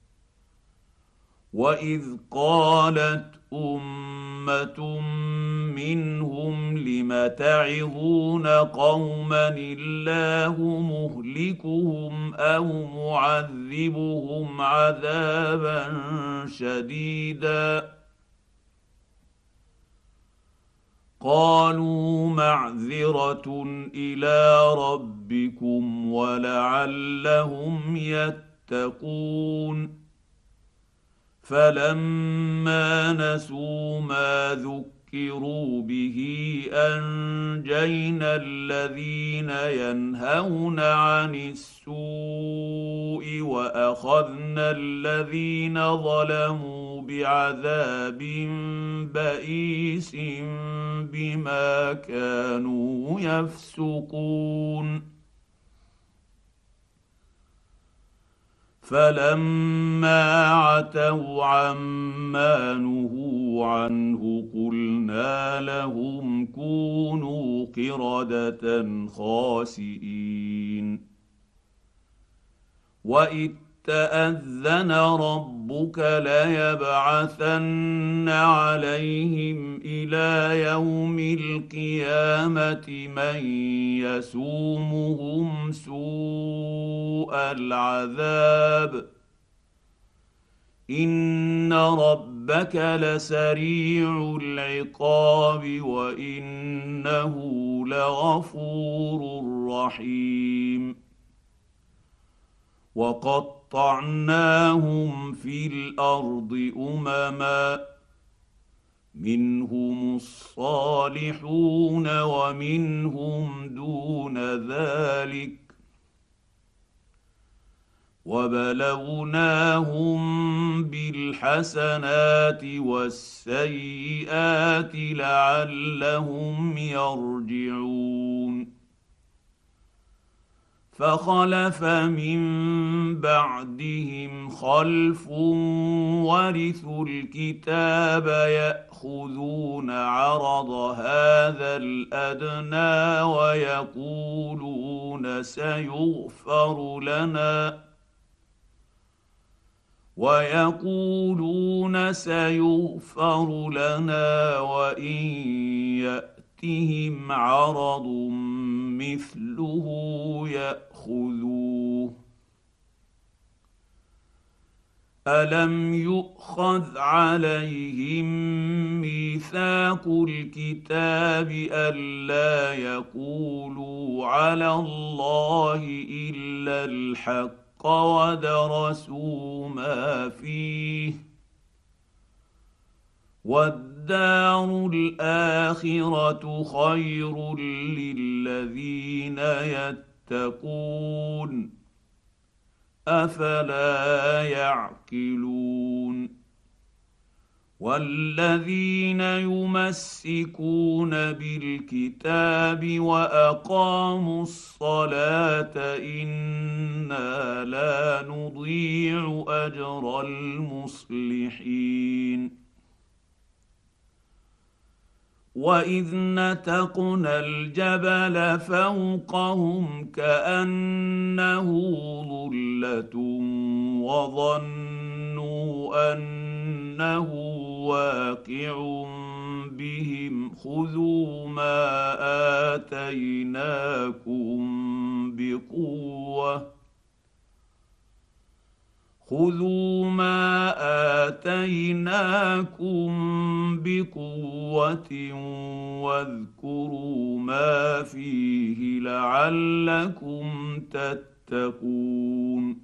واذ قالت امه منهم لم تعظون قوما الله مهلكهم او معذبهم عذابا شديدا قالوا معذره الى ربكم ولعلهم يتقون فلما نسوا ما ذكروا به انجينا الذين ينهون عن السوء واخذنا الذين ظلموا بعذاب بئيس بما كانوا يفسقون فلما عتوا عما نهوا عنه قلنا لهم كونوا قردة خاسئين وإذ تأذن ربك ليبعثن عليهم إلى يوم القيامة من يسومهم سوء العذاب إن ربك لسريع العقاب وإنه لغفور رحيم وقطعناهم في الارض امما منهم الصالحون ومنهم دون ذلك وبلوناهم بالحسنات والسيئات لعلهم يرجعون فخلف من بعدهم خلف ورثوا الكتاب ياخذون عرض هذا الادنى ويقولون سيغفر لنا وان ياتهم عرض مثله ياخذوه الم يؤخذ عليهم ميثاق الكتاب الا يقولوا على الله الا الحق ودرسوا ما فيه والدار الاخره خير للذين يتقون افلا يعقلون والذين يمسكون بالكتاب واقاموا الصلاه انا لا نضيع اجر المصلحين واذ نتقنا الجبل فوقهم كانه ظله وظنوا انه واقع بهم خذوا ما آتيناكم بقوة واذكروا ما فيه لعلكم تتقون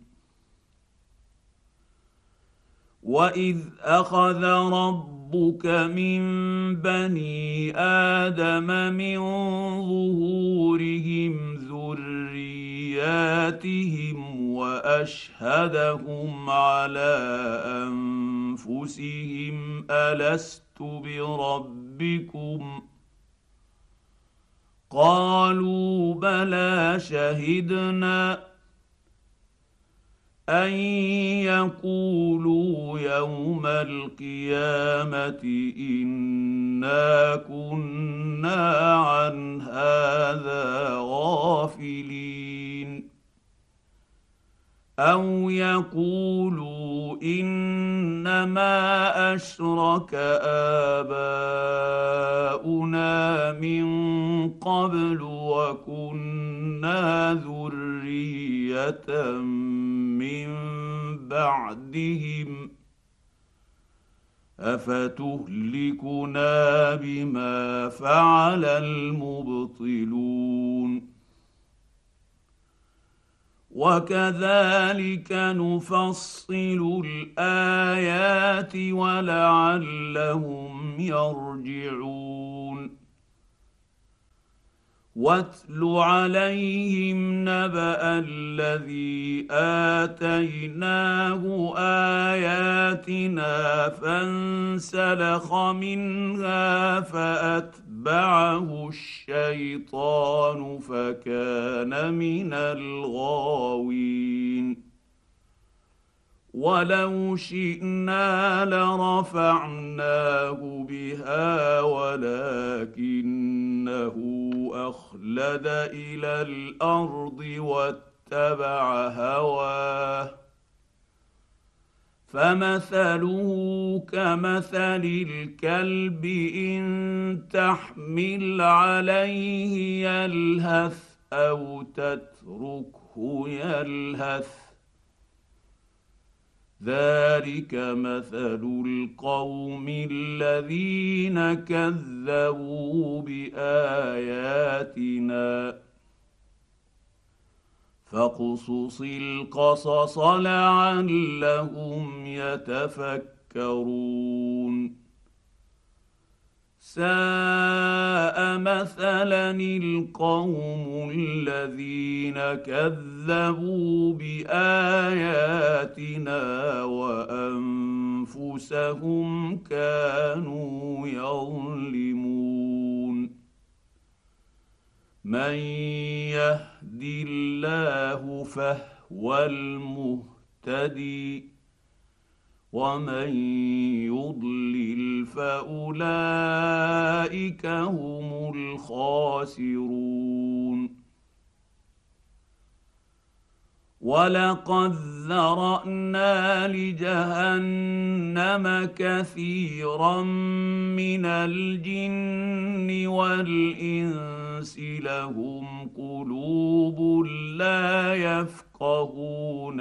وإذ أخذ ربك من بني آدم من ظهورهم ذرياتهم واشهدهم على انفسهم الست بربكم قالوا بلى شهدنا ان يقولوا يوم القيامه انا كنا عن هذا غافلين او يقولوا انما اشرك اباؤنا من قبل وكنا ذريه من بعدهم افتهلكنا بما فعل المبطلون وكذلك نفصل الايات ولعلهم يرجعون واتل عليهم نبأ الذي آتيناه آياتنا فانسلخ منها فأتبعه الشيطان فكان من الغاوين ولو شئنا لرفعناه بها ولكنه اخلد الى الارض واتبع هواه فمثله كمثل الكلب ان تحمل عليه يلهث او تتركه يلهث ذلك مثل القوم الذين كذبوا باياتنا فاقصص القصص لعلهم يتفكرون ساء مثلا القوم الذين كذبوا باياتنا وانفسهم كانوا يظلمون من يهد الله فهو المهتدي ومن يضلل فاولئك هم الخاسرون ولقد ذرانا لجهنم كثيرا من الجن والانس لهم قلوب لا يفقهون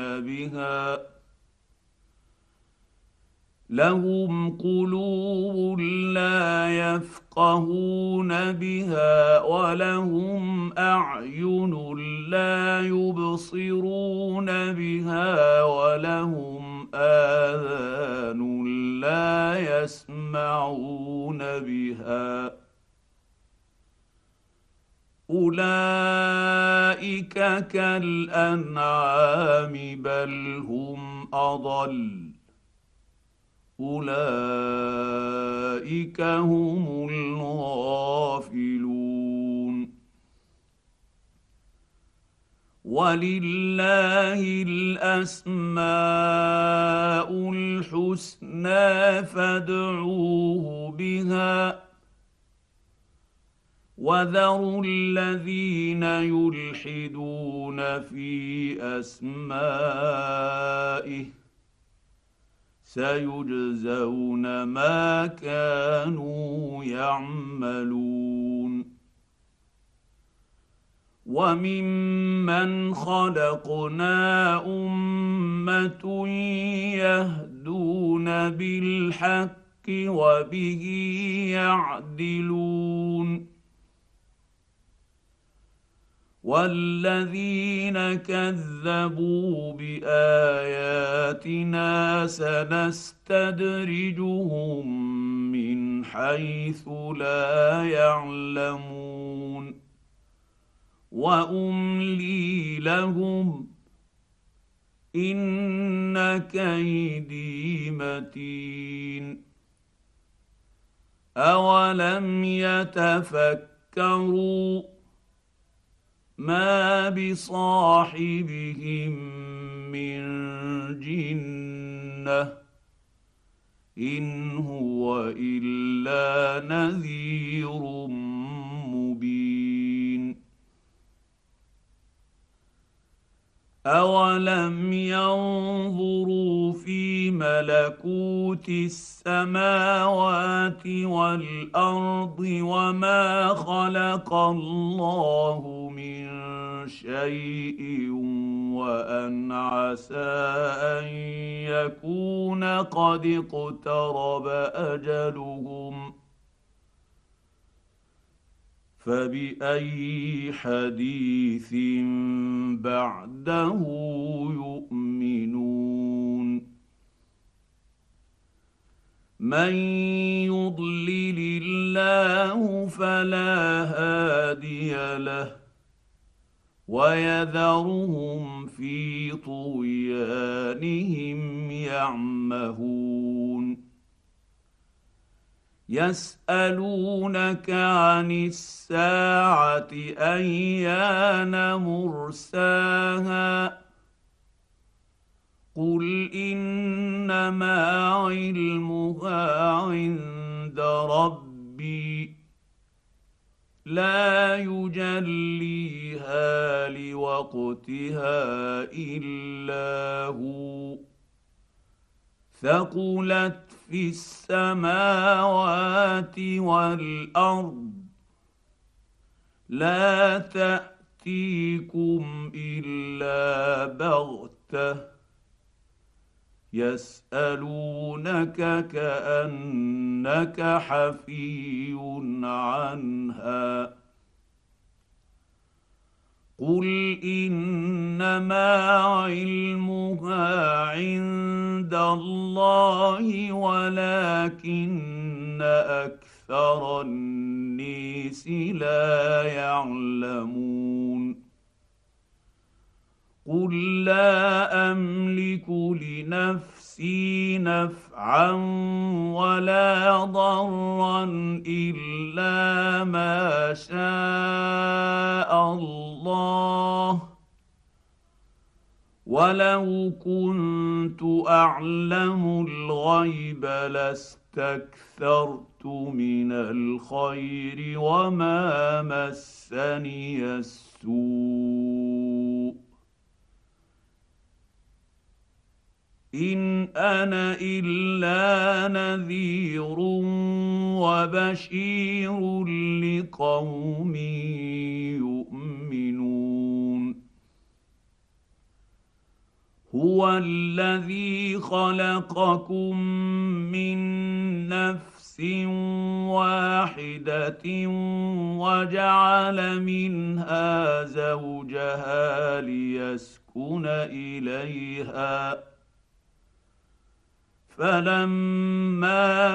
بها ولهم اعين لا يبصرون بها ولهم اذان لا يسمعون بها اولئك كالانعام بل هم اضل اولئك هم الغافلون ولله الاسماء الحسنى فادعوه بها وذروا الذين يلحدون في اسمائه سيجزون ما كانوا يعملون وممن خلقنا امه يهدون بالحق وبه يعدلون والذين كذبوا باياتنا سنستدرجهم من حيث لا يعلمون واملي لهم ان كيدي متين. اولم يتفكروا ما بصاحبهم من جنه ان هو الا نذير مبين. اولم ينظروا في ملكوت السماوات والارض وما خلق الله من شيء وان عسى ان يكون قد اقترب اجلهم فباي حديث بعده يؤمنون. من يضلل الله فلا هادي له ويذرهم في طغيانهم يعمهون. يسالونك عن الساعه ايان مرساها قل انما علمها عند ربي لا يجليها لوقتها الا هو ثقلت في السماوات والارض لا تاتيكم الا بغته يسالونك كانك حفي عنها قل انما علمها عند الله ولكن اكثر الناس لا يعلمون. قل لا املك لنفسي نفعا ولا ضرا الا ما شاء الله ولو كنت اعلم الغيب لاستكثرت من الخير وما مسني السوء ان انا الا نذير وبشير لقوم يؤمنون. هو الذي خلقكم من نفس واحده وجعل منها زوجها ليسكن اليها فلما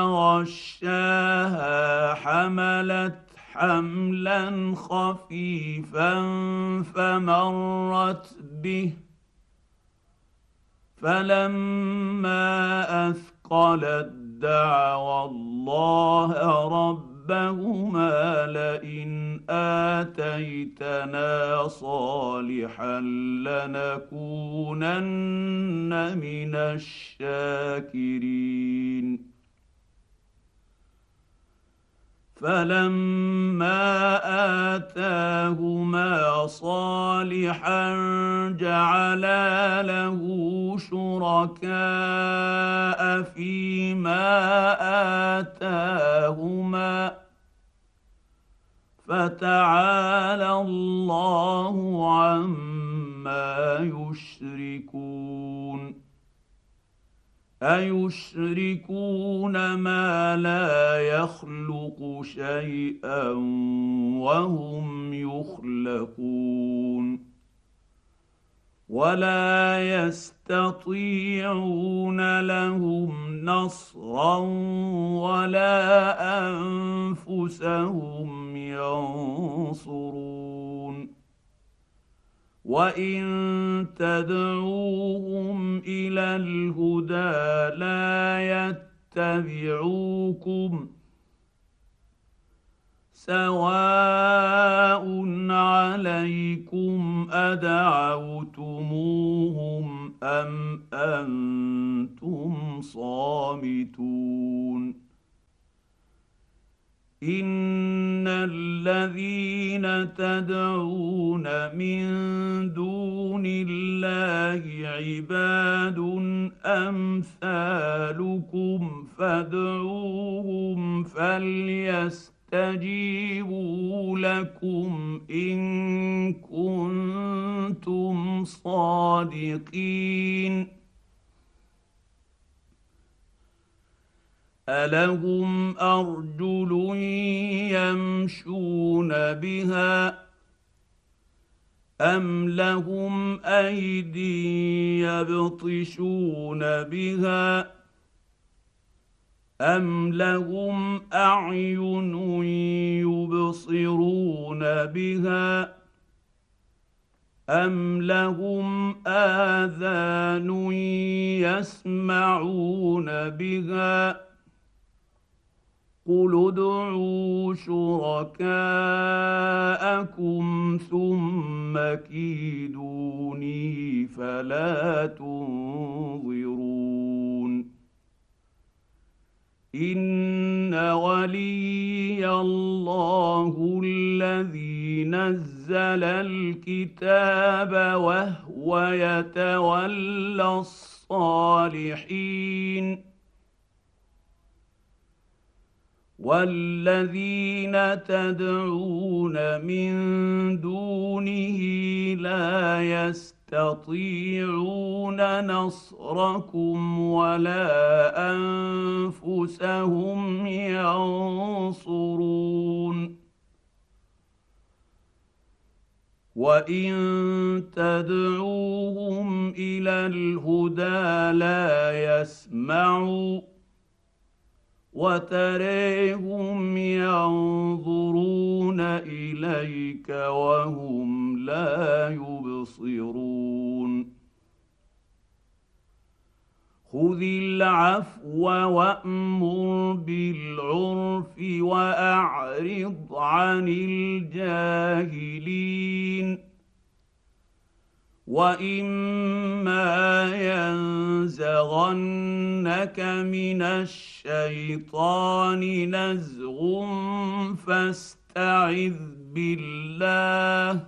تغشاها حملت حملا خفيفا فمرت به فلما اثقلت دعوا الله ربهما لئن اتيتنا صالحا لنكونن من الشاكرين. فلما اتاهما صالحا جعلا له شركاء فيما اتاهما فتعالى الله عما يشركون. ايشركون ما لا يخلق شيئا وهم يخلقون ولا يستطيعون لهم نصرا ولا انفسهم ينصرون. وان تدعوهم الى الهدى لا يتبعوكم سواء عليكم ادعوتموهم ام انتم صامتون ان الذين تدعون من دون الله عباد امثالكم فادعوهم فليستجيبوا لكم ان كنتم صادقين ألهم أرجل يمشون بها أم لهم أيدي يبطشون بها أم لهم أعين يبصرون بها أم لهم آذان يسمعون بها قل ادعوا شركاءكم ثم كيدوني فلا تنظرون ان وليي الله الذي نزل الكتاب وهو يتولى الصالحين والذين تدعون من دونه لا يستطيعون نصركم ولا انفسهم ينصرون وان تدعوهم الى الهدى لا يسمعوا وتريهم ينظرون اليك وهم لا يبصرون خذ العفو وامر بالعرف واعرض عن الجاهلين واما ينزغنك من الشيطان نزغ فاستعذ بالله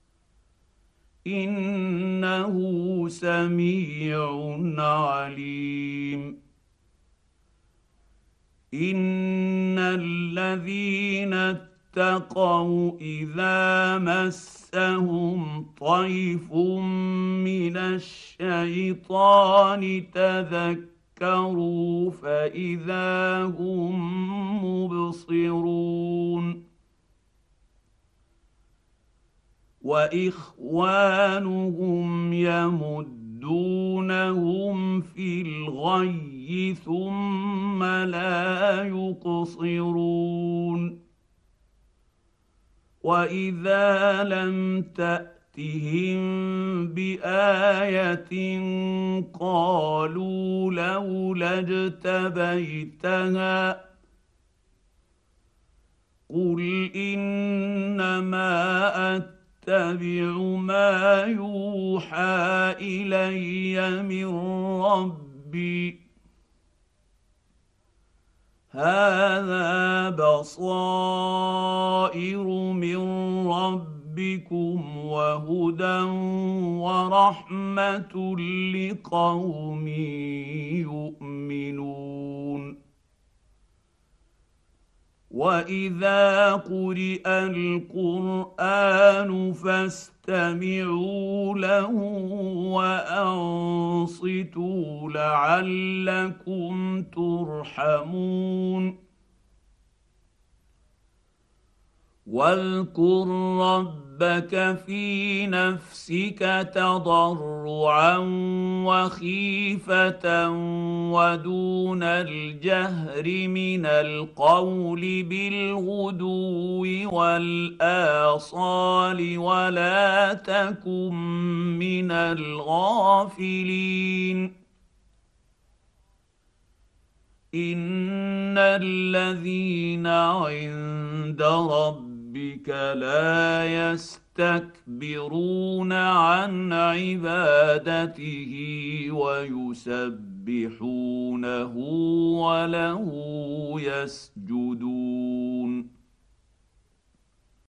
انه سميع عليم ان الذين اتقوا اذا مسهم طيف من الشيطان تذكروا فاذا هم مبصرون واخوانهم يمدونهم في الغي ثم لا يقصرون واذا لم تاتهم بايه قالوا لولا اجتبيتها قل انما اتبع ما يوحى الي من ربي هذا بصائر من ربكم وهدى ورحمه لقوم يؤمنون واذا قرئ القران فاستمعوا له وانصتوا لعلكم ترحمون واذكر ربك في نفسك تضرعا وخيفه ودون الجهر من القول بالغدو والاصال ولا تكن من الغافلين. ان الذين عند ربك لا يستكبرون عن عبادته ويسبحونه وله يسجدون.